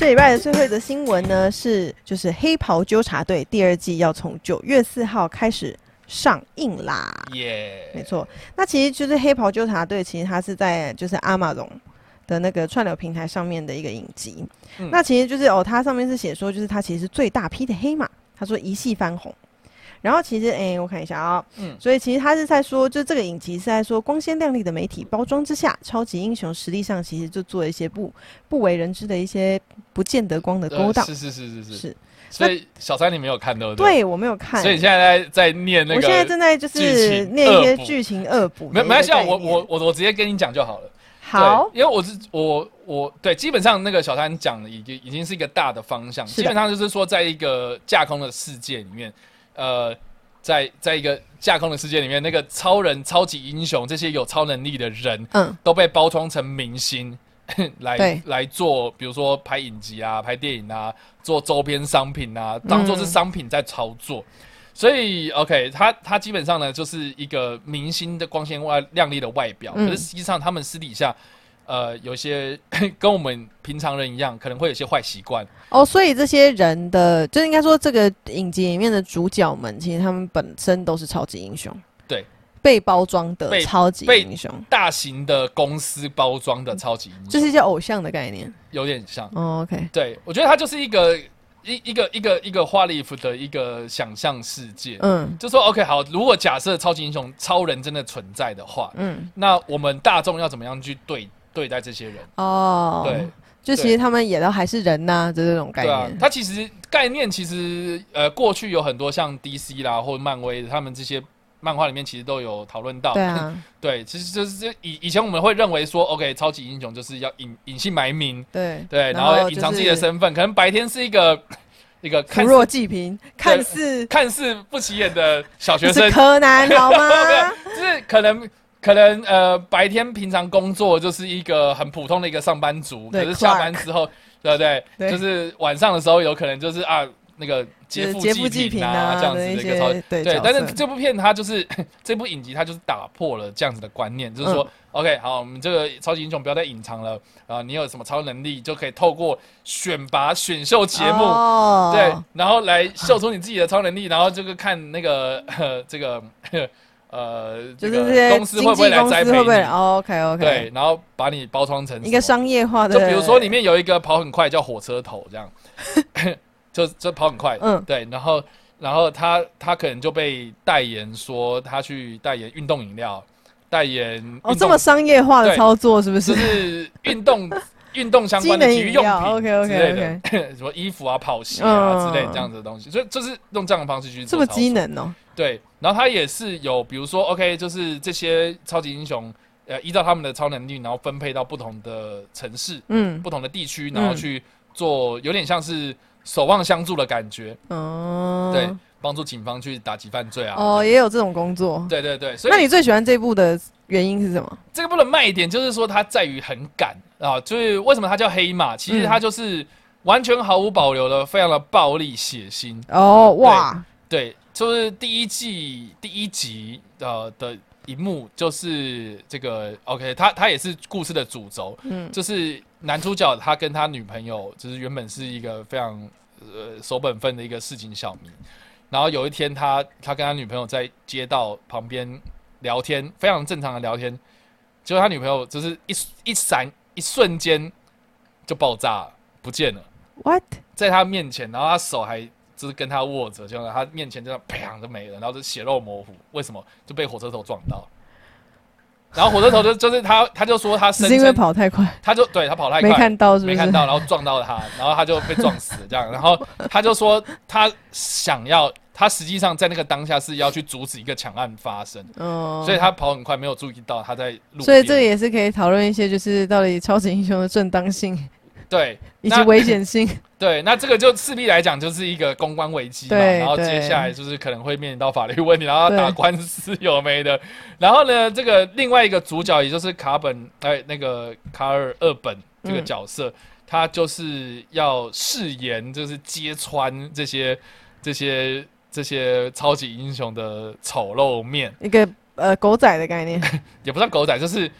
这礼拜的最后一则新闻呢，是就是黑袍纠察队第二季要从九月四号开始上映啦。 耶、yeah ， 没错。那其实就是黑袍纠察队，其实它是在就是 Amazon 的那个串流平台上面的一个影集。嗯、那其实就是哦，它上面是写说，就是它其实是最大批的黑马，他说一系翻红。然后其实，哎，我看一下啊、哦，嗯，所以其实他是在说，就这个影集是在说，光鲜亮丽的媒体包装之下，超级英雄实力上其实就做了一些不不为人知的一些不见得光的勾当。 呃、是是是是是。是所以小三你没有看对不对？ 对，我没有看。 所以你现在在在念那个， 我现在正在就是念一些剧情恶补。 没没关系，我我我我直接跟你讲就好了。 好， 因为我是我我对，基本上那个小三讲的已经已经是一个大的方向，基本上就是说，在一个架空的世界里面。呃，在在一个架空的世界里面，那个超人、超级英雄这些有超能力的人，嗯，都被包装成明星来来做，比如说拍影集啊、拍电影啊、做周边商品啊，当做是商品在操作。嗯、所以 ，OK， 他他基本上呢就是一个明星的光鲜外亮丽的外表，嗯、可是实际上他们私底下。呃，有些跟我们平常人一样，可能会有些坏习惯哦。所以这些人的，就应该说这个影集里面的主角们，其实他们本身都是超级英雄， 对， 被包装的超级英雄， 大型的公司包装的超级英雄， 这是一些偶像的概念， 有点像。 哦 ，OK， 对，我觉得它就是一个一一个一个一个华丽夫的一个想象世界。嗯，就说 OK 好，如果假设超级英雄超人真的存在的话，嗯，那我们大众要怎么样去对？对待这些人哦，对， 就其实他们也都还是人呐、啊，就这种概念。 对啊，它其实概念其实呃，过去有很多像 D C 啦或漫威，他们这些漫画里面其实都有讨论到。 对啊， 对，其实就是以以前我们会认为说 ，OK， 超级英雄就是要隐隐姓埋名， 对对，然后隐藏自己的身份，可能白天是一个一个扶弱济贫，看似看似不起眼的小学生， 柯南好吗？ 就是可能。可能呃白天平常工作就是一个很普通的一个上班族，可是下班之后，对不对？对，就是晚上的时候有可能就是啊那个劫富济贫啊这样子的一个超对，对但是这部片它就是这部影集它就是打破了这样子的观念，就是说、嗯、OK 好，我们这个超级英雄不要再隐藏了啊、呃，你有什么超能力就可以透过选拔选秀节目、哦、对，然后来秀出你自己的超能力，然后这个看那个呵这个。呵呃， 就是这些公司会不会来栽培你、 哦、？OK OK， 对，然后把你包装成一个商业化的， 就比如说里面有一个跑很快叫火车头这样，就就跑很快，嗯，对，然后然后他他可能就被代言说他去代言运动饮料，代言哦这么商业化的操作是不是？ 就是运动运动相关的体育用品 ，OK OK 之类的，什么衣服啊、跑鞋啊、嗯、之类这样子的东西，所以就是用这样的方式去做这么机能哦。 对，然后他也是有，比如说 ，OK， 就是这些超级英雄，呃，依照他们的超能力，然后分配到不同的城市，嗯，不同的地区，然后去做，有点像是守望相助的感觉，哦，对，帮助警方去打击犯罪啊。 哦，也有这种工作。 对对对，所以那你最喜欢这部的原因是什么？ 这部的卖点就是说它在于很赶啊，就是为什么它叫黑马？其实它就是完全毫无保留的，非常的暴力血腥。 哦，哇， 对。对就是第一季第一集呃的一幕，就是这个 OK， 他他也是故事的主轴，嗯，就是男主角他跟他女朋友，就是原本是一个非常呃守本分的一个市井小民，然后有一天他他跟他女朋友在街道旁边聊天，非常正常的聊天，结果他女朋友就是一一闪一瞬间就爆炸了不见了 ，What？ 在他面前，然后他手还。就是跟他握着，就他面前就啪就没了，然后就血肉模糊。为什么？就被火车头撞到。然后火车头就就是他，他就说他声称是因为跑太快， 他就对他跑太快， 没看到是不是？ 没看到，然后撞到他，然后他就被撞死了这样。然后他就说他想要，他实际上在那个当下是要去阻止一个抢案发生，哦，所以他跑很快，没有注意到他在路边。 所以这也是可以讨论一些，就是到底超级英雄的正当性。 对， 以及危险性。 对，那这个就势必来讲就是一个公关危机嘛，然后接下来就是可能会面临到法律问题，然后打官司有没的。然后呢，这个另外一个主角也就是卡本，哎，那个卡尔二本这个角色，嗯、他就是要饰演就是揭穿这些这些这些超级英雄的丑陋面， 一个呃狗仔的概念， 也不算狗仔，就是。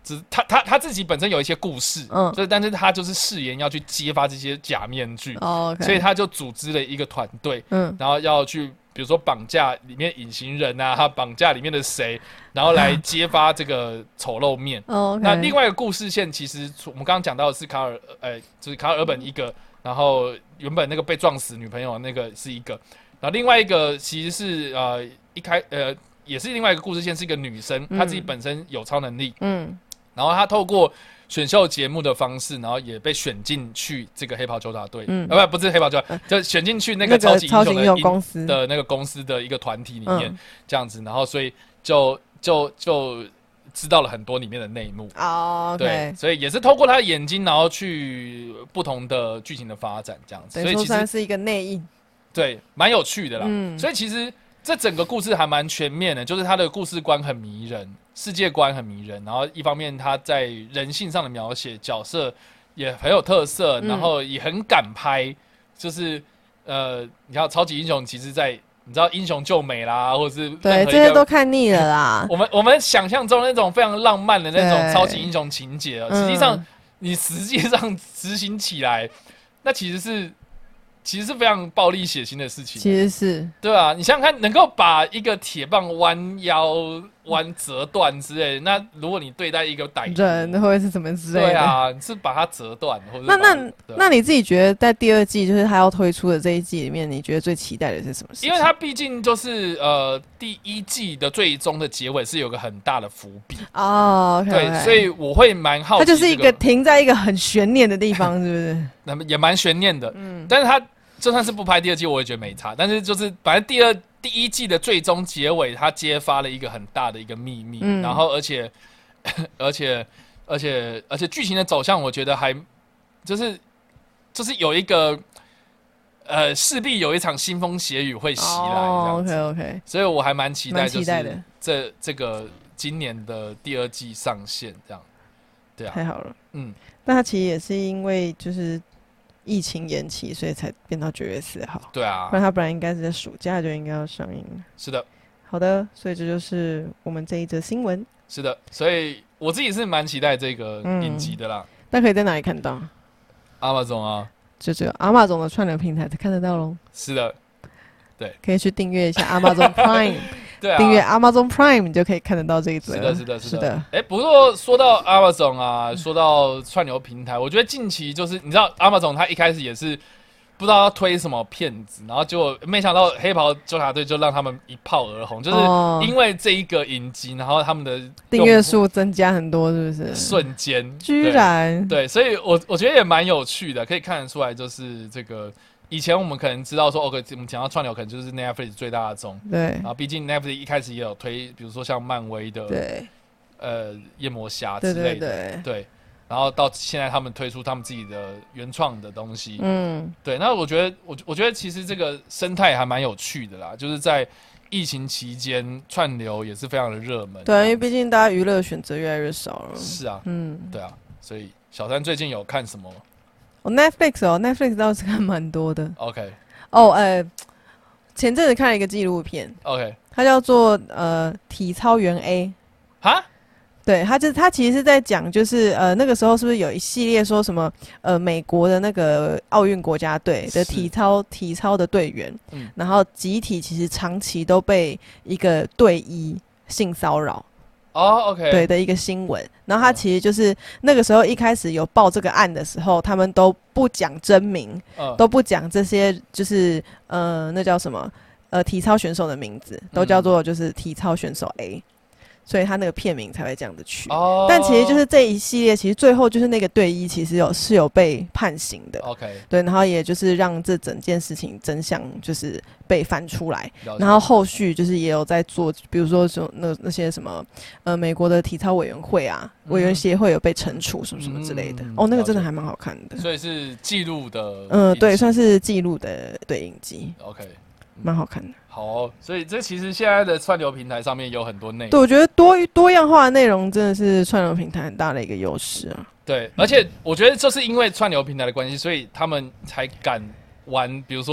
只他他他自己本身有一些故事，嗯，所以但是他就是誓言要去揭发这些假面具， 哦 okay、 所以他就组织了一个团队，嗯，然后要去比如说绑架里面隐形人啊，他绑架里面的谁，然后来揭发这个丑陋面。 哦 okay、 那另外一个故事线其实我们刚刚讲到的是卡尔，呃，就是卡尔尔本一个，然后原本那个被撞死女朋友那个是一个，然后另外一个其实是呃一开呃也是另外一个故事线，是一个女生，嗯、她自己本身有超能力，嗯。然后他透过选秀节目的方式，然后也被选进去这个黑袍纠察队，嗯，呃不，不是黑袍纠察，就选进去那个超级英雄的公司的那个公司的一个团体里面，嗯、这样子，然后所以就就就知道了很多里面的内幕哦， okay、 对，所以也是透过他的眼睛，然后去不同的剧情的发展，这样子，所以其实是一个内应， 对，蛮有趣的啦，嗯，所以其实这整个故事还蛮全面的，就是他的故事观很迷人。世界观很迷人，然后一方面他在人性上的描写角色也很有特色，嗯、然后也很敢拍，就是呃，你看超级英雄，其实在你知道英雄救美啦，或者是对这些都看腻了啦。 我们我们想象中那种非常浪漫的那种超级英雄情节，实际上、嗯、你实际上执行起来，那其实是。其实是非常暴力血腥的事情， 其实是对啊，你想想看，能够把一个铁棒弯腰、弯折断之类的，那如果你对待一个歹人，会是怎么之类的？ 对啊，你是把它折断，或者那那那你自己觉得在第二季，就是他要推出的这一季里面，你觉得最期待的是什么事情？ 因为它毕竟就是呃第一季的最终的结尾是有个很大的伏笔哦， okay, 对， okay 所以我会蛮好奇、这個， 它就是一个停在一个很悬念的地方，是不是？ 那么也蛮悬念的，嗯，但是他。就算是不拍第二季，我也觉得没差。但是就是反正第二第一季的最终结尾，他揭发了一个很大的一个秘密，嗯、然后而且而且而且而且剧情的走向，我觉得还就是就是有一个呃势必有一场腥风血雨会袭来这样子。 哦、OK OK， 所以我还蛮期待，就是这这个今年的第二季上线这样。对啊， 太好了。嗯，那他其实也是因为就是。疫情延期，所以才变到九月四号。 对啊， 不然它本来应该是在暑假就应该要上映了。 是的， 好的，所以这就是我们这一则新闻。 是的，所以我自己是蛮期待这个影集的啦。 那、嗯、可以在哪里看到 ？Amazon 啊， 就只有 Amazon 的串流平台才看得到咯。 是的，对， 可以去订阅一下 Amazon Prime。 对啊， 订阅 Amazon Prime 你就可以看得到这一则。 是的，是的，是的。哎、欸，不过说到 Amazon 啊，说到串流平台，我觉得近期就是你知道 Amazon 它一开始也是不知道要推什么片子，然后结果没想到黑袍纠察队就让他们一炮而红，就是因为这一个影集，然后他们的订阅数增加很多，是不是？ 瞬间， 居然对, 对，所以我我觉得也蛮有趣的，可以看得出来，就是这个。以前我们可能知道说 ，OK， 我们讲到串流，可能就是 Netflix 最大的宗。 对。 然后，毕竟 Netflix 一开始也有推，比如说像漫威的， 对， 呃，夜魔侠之类的，对, 对, 对, 对。然后到现在，他们推出他们自己的原创的东西，嗯，对。那我觉得，我我觉得其实这个生态还蛮有趣的啦，就是在疫情期间，串流也是非常的热门。 对，因为毕竟大家娱乐选择越来越少了。 是啊，嗯，对啊，所以小三最近有看什么？ 哦 Netflix 哦 ，Netflix 倒是看蛮多的。 OK。 哦，呃，前阵子看了一个纪录片。 OK。 它叫做呃体操员 A。 哈？ 对，它就是它其实是在讲，就是呃那个时候是不是有一系列说什么呃美国的那个奥运国家队的体操体操的队员，嗯，然后集体其实长期都被一个队医性骚扰。 哦、oh, ，OK， 对的一个新闻，然后他其实就是那个时候一开始有报这个案的时候，他们都不讲真名，嗯、都不讲这些就是呃那叫什么呃体操选手的名字，都叫做就是体操选手 A。所以他那个片名才会这样子取，哦、但其实就是这一系列，其实最后就是那个队医其实有是有被判刑的 ，OK， 对，然后也就是让这整件事情真相就是被翻出来，然后后续就是也有在做，比如说说那那些什么呃美国的体操委员会啊，嗯、委员协会有被惩处什么什么之类的，嗯、哦，那个真的还蛮好看的， 所以是记录的， 嗯、呃，对，算是记录的对影集 ，OK， 蛮好看的。 好、哦，所以这其实现在的串流平台上面有很多内容。 对，我觉得多多样化的内容真的是串流平台很大的一个优势啊。 对，而且我觉得就是因为串流平台的关系，所以他们才敢玩，比如说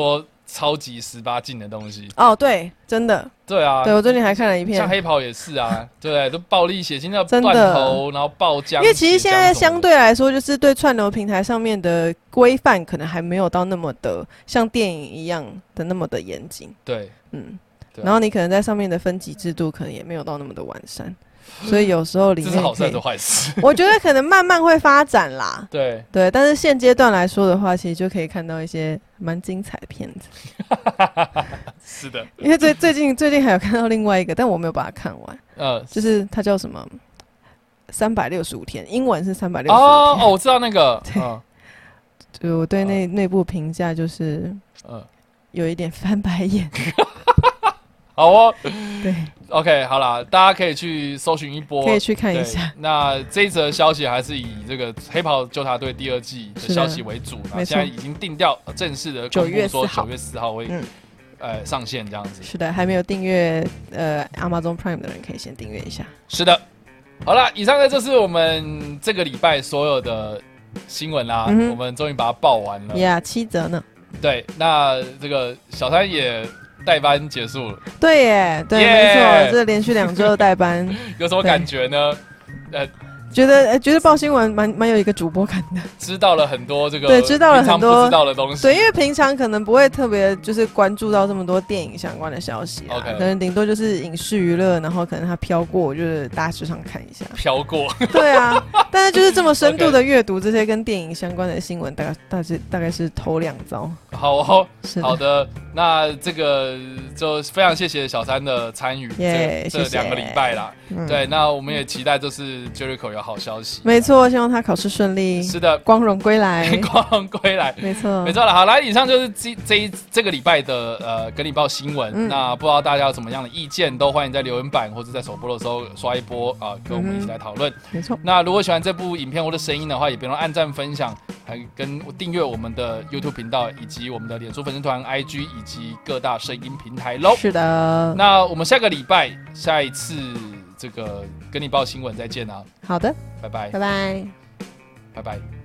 超级十八禁的东西。 哦，对，真的。 对啊， 对我最近还看了一片， 像黑袍也是啊，对，都暴力血腥的断头，然后爆浆。 因为其实现在相对来说，就是对串流平台上面的规范，可能还没有到那么的像电影一样的那么的严谨。 对， 嗯，然后你可能在上面的分级制度，可能也没有到那么的完善。所以有时候里面这是好事还是坏事？ 我觉得可能慢慢会发展啦。 对对，但是现阶段来说的话，其实就可以看到一些蛮精彩的片子。 是的， 因为最最近最近还有看到另外一个，但我没有把它看完。 呃， 就是它叫什么？三百六十五天，英文是三百六十五天。 哦哦，我知道那个。 对，嗯、就我对那那部评价就是，嗯，有一点翻白眼。 好哦， 对 ，OK， 好啦，大家可以去搜寻一波， 可以去看一下。 那这一则消息还是以这个《黑袍纠察队》第二季的消息为主，那现在已经定调正式的公布说九月四号会、嗯、呃上线这样子。 是的，还没有订阅呃 Amazon Prime 的人可以先订阅一下。 是的，好啦，以上呢就是我们这个礼拜所有的新闻啦，嗯、我们终于把它报完了。 呀、yeah, ，七则呢？ 对，那这个小三也代班结束了。 对耶，对， yeah! 没错，这连续两周的代班， 有什么感觉呢？ 呃，觉得、呃、觉得报新闻蛮蛮有一个主播感的， 知道了很多这个对，知道了很多不知道的东西。 对，因为平常可能不会特别就是关注到这么多电影相关的消息啊， okay. 可能顶多就是影视娱乐，然后可能它飘过，就是大致上看一下。 飘过。 对啊，但是就是这么深度的阅读这些跟电影相关的新闻，大概大致大概是头两遭。 好哦，是好的，那这个就非常谢谢小三的参与， yeah, 这两个礼拜啦、嗯。对，那我们也期待就是 Jericho 有好消息。 没错，希望他考试顺利。 是的， 光荣归来， 光荣归来。 没错， 没错了。好，来，以上就是这这一这个礼拜的呃跟你报新闻、嗯。那不知道大家有什么样的意见，都欢迎在留言板或者在首播的时候刷一波啊、呃，跟我们一起来讨论、嗯。 没错。 那如果喜欢这部影片或者声音的话，也别忘了按赞、分享，还跟订阅我们的 YouTube 频道以及我们的脸书粉丝团、I G 以及各大声音平台喽。 是的。 那我们下个礼拜下一次这个跟你报新闻再见啊。 好的， 拜拜， 拜拜， 拜拜。